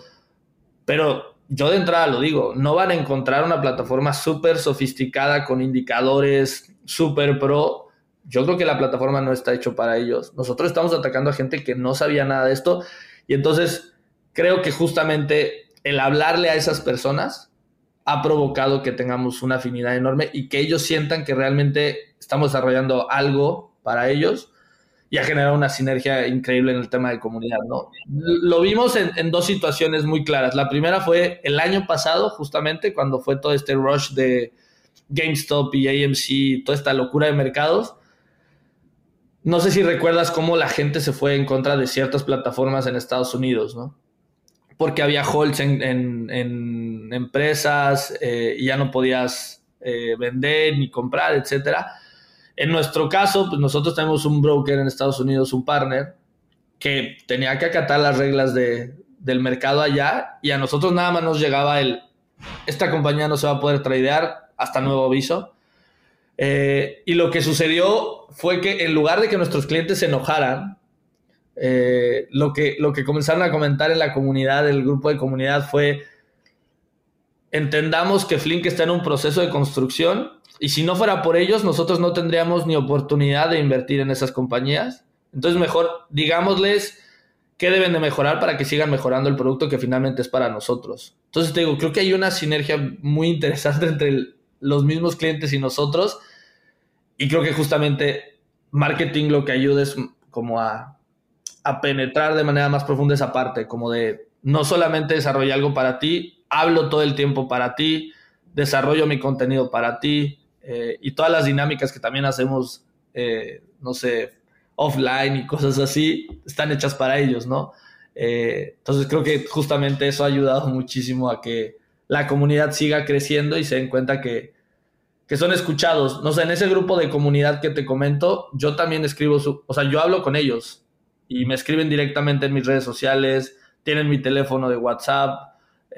pero yo de entrada lo digo, no van a encontrar una plataforma súper sofisticada con indicadores súper pro yo creo que la plataforma no está hecho para ellos. Nosotros estamos atacando a gente que no sabía nada de esto y entonces creo que justamente el hablarle a esas personas ha provocado que tengamos una afinidad enorme y que ellos sientan que realmente estamos desarrollando algo para ellos y ha generado una sinergia increíble en el tema de comunidad, ¿no? Lo vimos en dos situaciones muy claras. La primera fue el año pasado, justamente, cuando fue todo este rush de GameStop y AMC, toda esta locura de mercados. No sé si recuerdas cómo la gente se fue en contra de ciertas plataformas en Estados Unidos, ¿no? Porque había holds en empresas y ya no podías vender ni comprar, etcétera. En nuestro caso, pues nosotros tenemos un broker en Estados Unidos, un partner, que tenía que acatar las reglas del mercado allá y a nosotros nada más nos llegaba esta compañía no se va a poder tradear hasta nuevo aviso. Y lo que sucedió fue que en lugar de que nuestros clientes se enojaran, lo que comenzaron a comentar en la comunidad, el grupo de comunidad fue: entendamos que Flink está en un proceso de construcción y si no fuera por ellos, nosotros no tendríamos ni oportunidad de invertir en esas compañías. Entonces mejor digámosles qué deben de mejorar para que sigan mejorando el producto que finalmente es para nosotros. Entonces te digo, creo que hay una sinergia muy interesante entre los mismos clientes y nosotros y creo que justamente marketing lo que ayuda es como a penetrar de manera más profunda esa parte, como de no solamente desarrollar algo para ti, hablo todo el tiempo para ti, desarrollo mi contenido para ti y todas las dinámicas que también hacemos, no sé, offline y cosas así, están hechas para ellos, ¿no? Entonces creo que justamente eso ha ayudado muchísimo a que la comunidad siga creciendo y se den cuenta que son escuchados. No sé, en ese grupo de comunidad que te comento, yo también escribo, o sea, yo hablo con ellos y me escriben directamente en mis redes sociales, tienen mi teléfono de WhatsApp,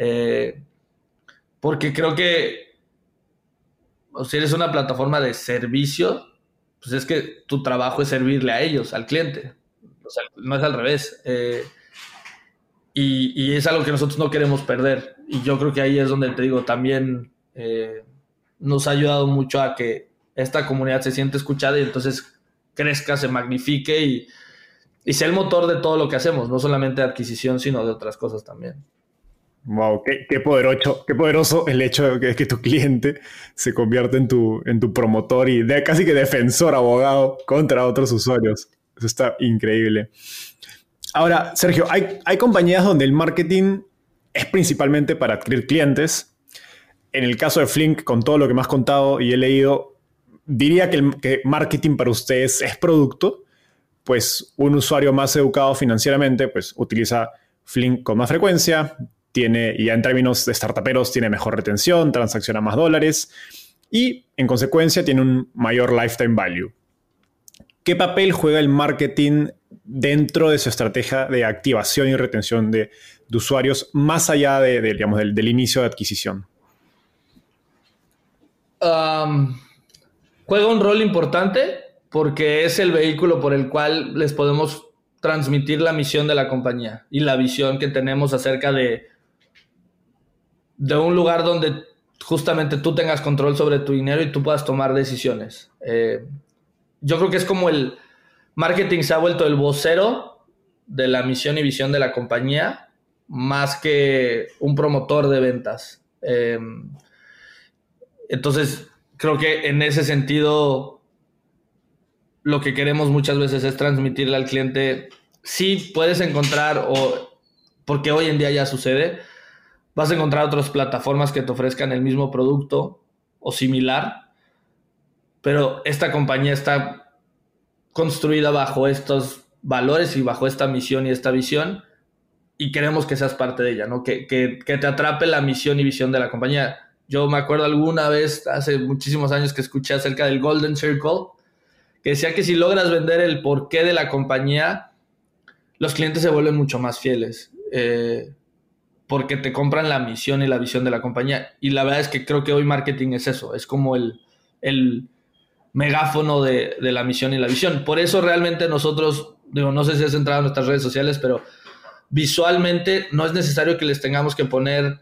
porque creo que si eres una plataforma de servicio, pues es que tu trabajo es servirle a ellos, al cliente. O sea, no es al revés. Y es algo que nosotros no queremos perder. Y yo creo que ahí es donde te digo, también nos ha ayudado mucho a que esta comunidad se siente escuchada y entonces crezca, se magnifique y sea el motor de todo lo que hacemos, no solamente de adquisición, sino de otras cosas también. Wow, qué poderoso el hecho de que tu cliente se convierta en tu promotor y casi que defensor, abogado contra otros usuarios. Eso está increíble. Ahora, Sergio, hay compañías donde el marketing es principalmente para adquirir clientes. En el caso de Flink, con todo lo que me has contado y he leído, diría que marketing para ustedes es producto, pues un usuario más educado financieramente pues utiliza Flink con más frecuencia, y ya en términos de startuperos tiene mejor retención, transacciona más dólares y en consecuencia tiene un mayor lifetime value. ¿Qué papel juega el marketing dentro de su estrategia de activación y retención de usuarios más allá del inicio de adquisición? Juega un rol importante porque es el vehículo por el cual les podemos transmitir la misión de la compañía y la visión que tenemos acerca de un lugar donde justamente tú tengas control sobre tu dinero y tú puedas tomar decisiones. Yo creo que es como el marketing se ha vuelto el vocero de la misión y visión de la compañía más que un promotor de ventas. Entonces, creo que en ese sentido lo que queremos muchas veces es transmitirle al cliente, sí puedes encontrar, porque hoy en día ya sucede, vas a encontrar otras plataformas que te ofrezcan el mismo producto o similar, pero esta compañía está construida bajo estos valores y bajo esta misión y esta visión y queremos que seas parte de ella, ¿no? Que te atrape la misión y visión de la compañía. Yo me acuerdo alguna vez, hace muchísimos años, que escuché acerca del Golden Circle, que decía que si logras vender el porqué de la compañía, los clientes se vuelven mucho más fieles. Porque te compran la misión y la visión de la compañía. Y la verdad es que creo que hoy marketing es eso, es como el megáfono de la misión y la visión. Por eso realmente nosotros, no sé si has entrado en nuestras redes sociales, pero visualmente no es necesario que les tengamos que poner,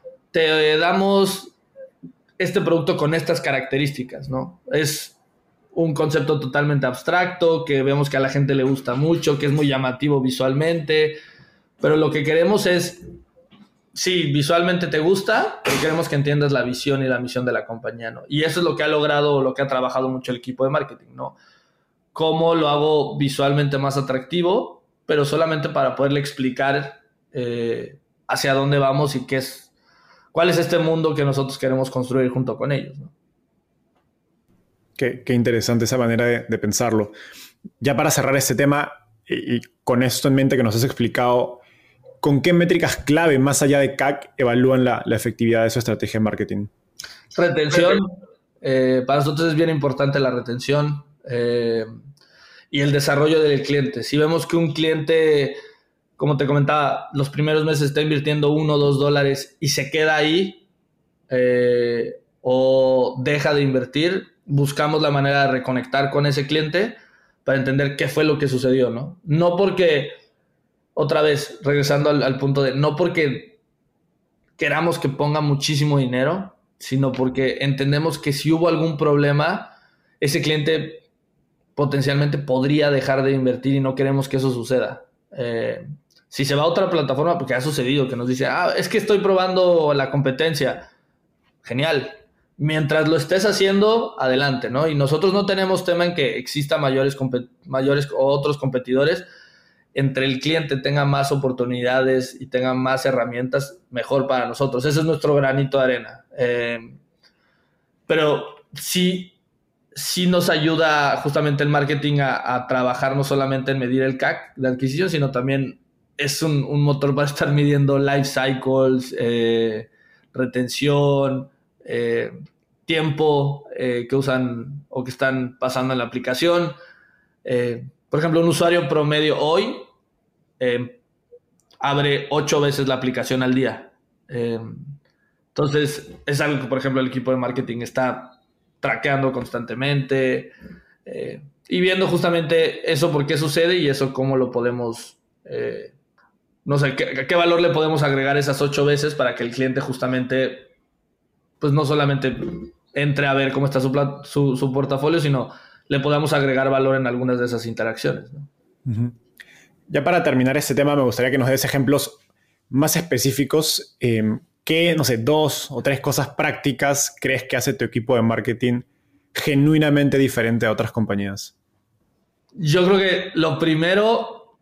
te damos este producto con estas características, ¿no? Es un concepto totalmente abstracto, que vemos que a la gente le gusta mucho, que es muy llamativo visualmente, pero lo que queremos es, sí, visualmente te gusta, pero queremos que entiendas la visión y la misión de la compañía, ¿no? Y eso es lo que ha logrado, lo que ha trabajado mucho el equipo de marketing, ¿no? Cómo lo hago visualmente más atractivo, pero solamente para poderle explicar hacia dónde vamos y cuál es este mundo que nosotros queremos construir junto con ellos, ¿no? Qué interesante esa manera de pensarlo. Ya para cerrar este tema, y con esto en mente que nos has explicado, ¿con qué métricas clave, más allá de CAC, evalúan la efectividad de su estrategia de marketing? Retención. Para nosotros es bien importante la retención y el desarrollo del cliente. Si vemos que un cliente, como te comentaba, los primeros meses está invirtiendo $1 o $2 y se queda ahí o deja de invertir, buscamos la manera de reconectar con ese cliente para entender qué fue lo que sucedió, ¿no? No porque, otra vez, regresando al punto de, no porque queramos que ponga muchísimo dinero, sino porque entendemos que si hubo algún problema, ese cliente potencialmente podría dejar de invertir y no queremos que eso suceda. Si se va a otra plataforma, porque ha sucedido que nos dice, es que estoy probando la competencia. Genial. Mientras lo estés haciendo, adelante, ¿no? Y nosotros no tenemos tema en que exista mayores o otros competidores. Entre el cliente tenga más oportunidades y tenga más herramientas, mejor para nosotros. Ese es nuestro granito de arena. Pero sí nos ayuda justamente el marketing a trabajar no solamente en medir el CAC de adquisición, sino también es un motor para estar midiendo life cycles, retención, tiempo que usan o que están pasando en la aplicación. Por ejemplo, un usuario promedio hoy abre 8 veces la aplicación al día. Entonces, es algo que, por ejemplo, el equipo de marketing está traqueando constantemente y viendo justamente eso, por qué sucede y eso cómo lo podemos, no sé, qué valor le podemos agregar esas 8 veces para que el cliente justamente, pues no solamente entre a ver cómo está su portafolio, sino le podamos agregar valor en algunas de esas interacciones, ¿no? Uh-huh. Ya para terminar este tema, me gustaría que nos des ejemplos más específicos. ¿Qué, no sé, 2 o 3 cosas prácticas crees que hace tu equipo de marketing genuinamente diferente a otras compañías? Yo creo que lo primero,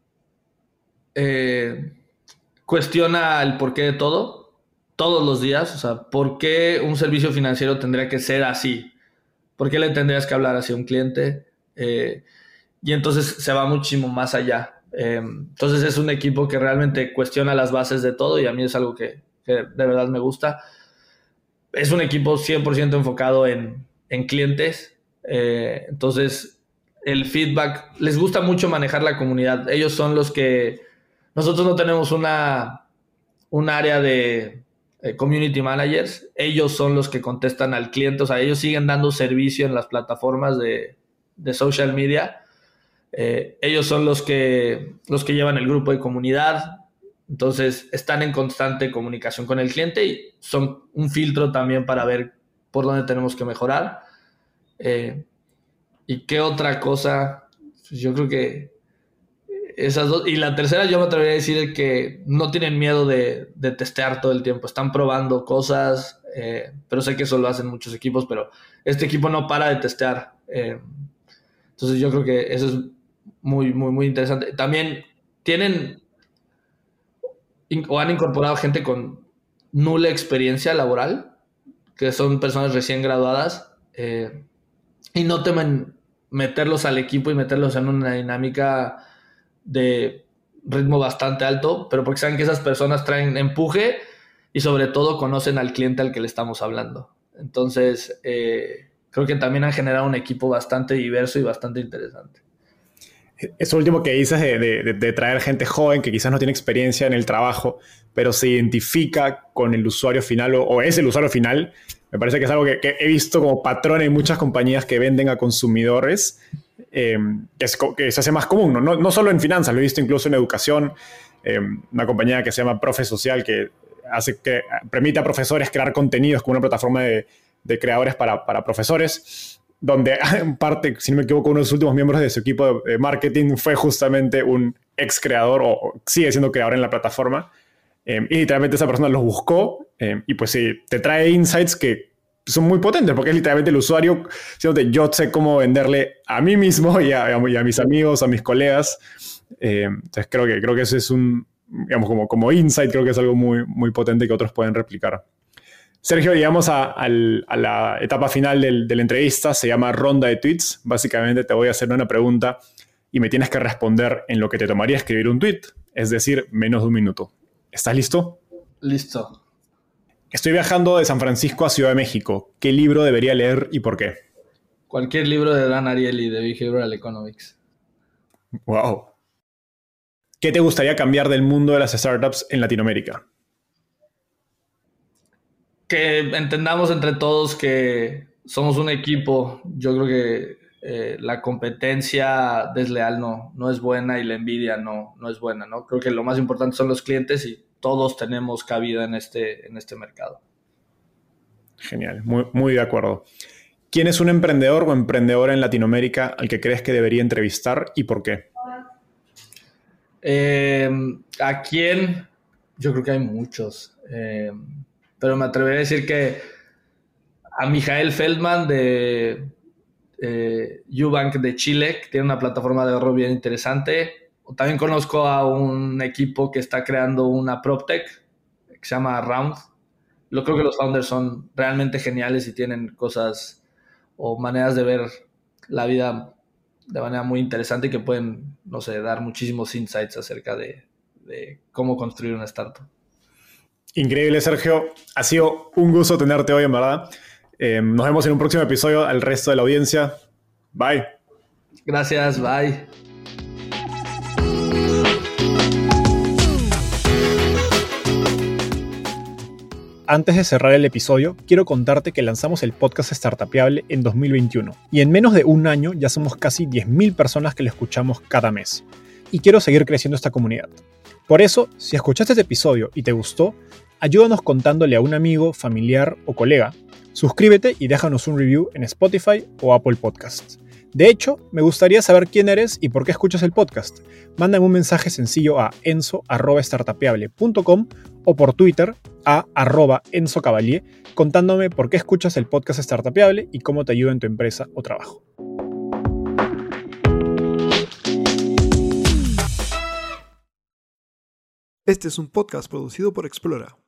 cuestiona el porqué de todo, todos los días. O sea, ¿por qué un servicio financiero tendría que ser así? ¿Por qué le tendrías que hablar así a un cliente? Y entonces se va muchísimo más allá. Entonces es un equipo que realmente cuestiona las bases de todo y a mí es algo que de verdad me gusta. Es un equipo 100% enfocado en clientes. Entonces el feedback, les gusta mucho manejar la comunidad. Ellos son los que... Nosotros no tenemos un área de community managers. Ellos son los que contestan al cliente. O sea, ellos siguen dando servicio en las plataformas de social media. Ellos son los que llevan el grupo de comunidad. Entonces están en constante comunicación con el cliente y son un filtro también para ver por dónde tenemos que mejorar. ¿Y qué otra cosa? Pues yo creo que esas dos. Y la tercera, yo me atrevería a decir que no tienen miedo de testear todo el tiempo. Están probando cosas, pero sé que eso lo hacen muchos equipos, pero este equipo no para de testear. Entonces yo creo que eso es muy, muy, muy interesante. También tienen o han incorporado gente con nula experiencia laboral, que son personas recién graduadas, y no temen meterlos al equipo y meterlos en una dinámica de ritmo bastante alto, pero porque saben que esas personas traen empuje y sobre todo conocen al cliente al que le estamos hablando. Entonces, creo que también han generado un equipo bastante diverso y bastante interesante. Eso último que dices de traer gente joven que quizás no tiene experiencia en el trabajo, pero se identifica con el usuario final o es el usuario final, me parece que es algo que he visto como patrón en muchas compañías que venden a consumidores, que se hace más común, ¿no? No solo en finanzas, lo he visto incluso en educación, una compañía que se llama Profe Social que permite a profesores crear contenidos con una plataforma de creadores para profesores. donde en parte, si no me equivoco, uno de los últimos miembros de su equipo de marketing fue justamente un ex creador o sigue siendo creador en la plataforma. Y literalmente esa persona los buscó y pues sí, te trae insights que son muy potentes porque es literalmente el usuario diciéndote, yo sé cómo venderle a mí mismo y a mis amigos, a mis colegas. Entonces creo que eso es un, digamos, como insight, creo que es algo muy, muy potente que otros pueden replicar. Sergio, llegamos a la etapa final de la entrevista, se llama ronda de tweets. Básicamente te voy a hacer una pregunta y me tienes que responder en lo que te tomaría escribir un tweet, es decir, menos de un minuto. ¿Estás listo? Listo. Estoy viajando de San Francisco a Ciudad de México. ¿Qué libro debería leer y por qué? Cualquier libro de Dan Ariely de Behavioral Economics. Wow. ¿Qué te gustaría cambiar del mundo de las startups en Latinoamérica? Que entendamos entre todos que somos un equipo. Yo creo que la competencia desleal no es buena y la envidia no es buena, ¿no? Creo que lo más importante son los clientes y todos tenemos cabida en este mercado. Genial, muy, muy de acuerdo. ¿Quién es un emprendedor o emprendedora en Latinoamérica al que crees que debería entrevistar y por qué? ¿A quién? Yo creo que hay muchos. Pero me atrevería a decir que a Michael Feldman de Ubank de Chile, que tiene una plataforma de ahorro bien interesante. También conozco a un equipo que está creando una PropTech que se llama Round. Yo creo que los founders son realmente geniales y tienen cosas o maneras de ver la vida de manera muy interesante y que pueden, no sé, dar muchísimos insights acerca de cómo construir una startup. Increíble, Sergio. Ha sido un gusto tenerte hoy, en verdad. Nos vemos en un próximo episodio. Al resto de la audiencia, bye. Gracias, bye. Antes de cerrar el episodio, quiero contarte que lanzamos el podcast Startupeable en 2021 y en menos de un año ya somos casi 10.000 personas que lo escuchamos cada mes. Y quiero seguir creciendo esta comunidad. Por eso, si escuchaste este episodio y te gustó, ayúdanos contándole a un amigo, familiar o colega. Suscríbete y déjanos un review en Spotify o Apple Podcasts. De hecho, me gustaría saber quién eres y por qué escuchas el podcast. Mándame un mensaje sencillo a enzo@startupeable.com o por Twitter a @EnzoCavalier contándome por qué escuchas el podcast Startupeable y cómo te ayuda en tu empresa o trabajo. Este es un podcast producido por Explora.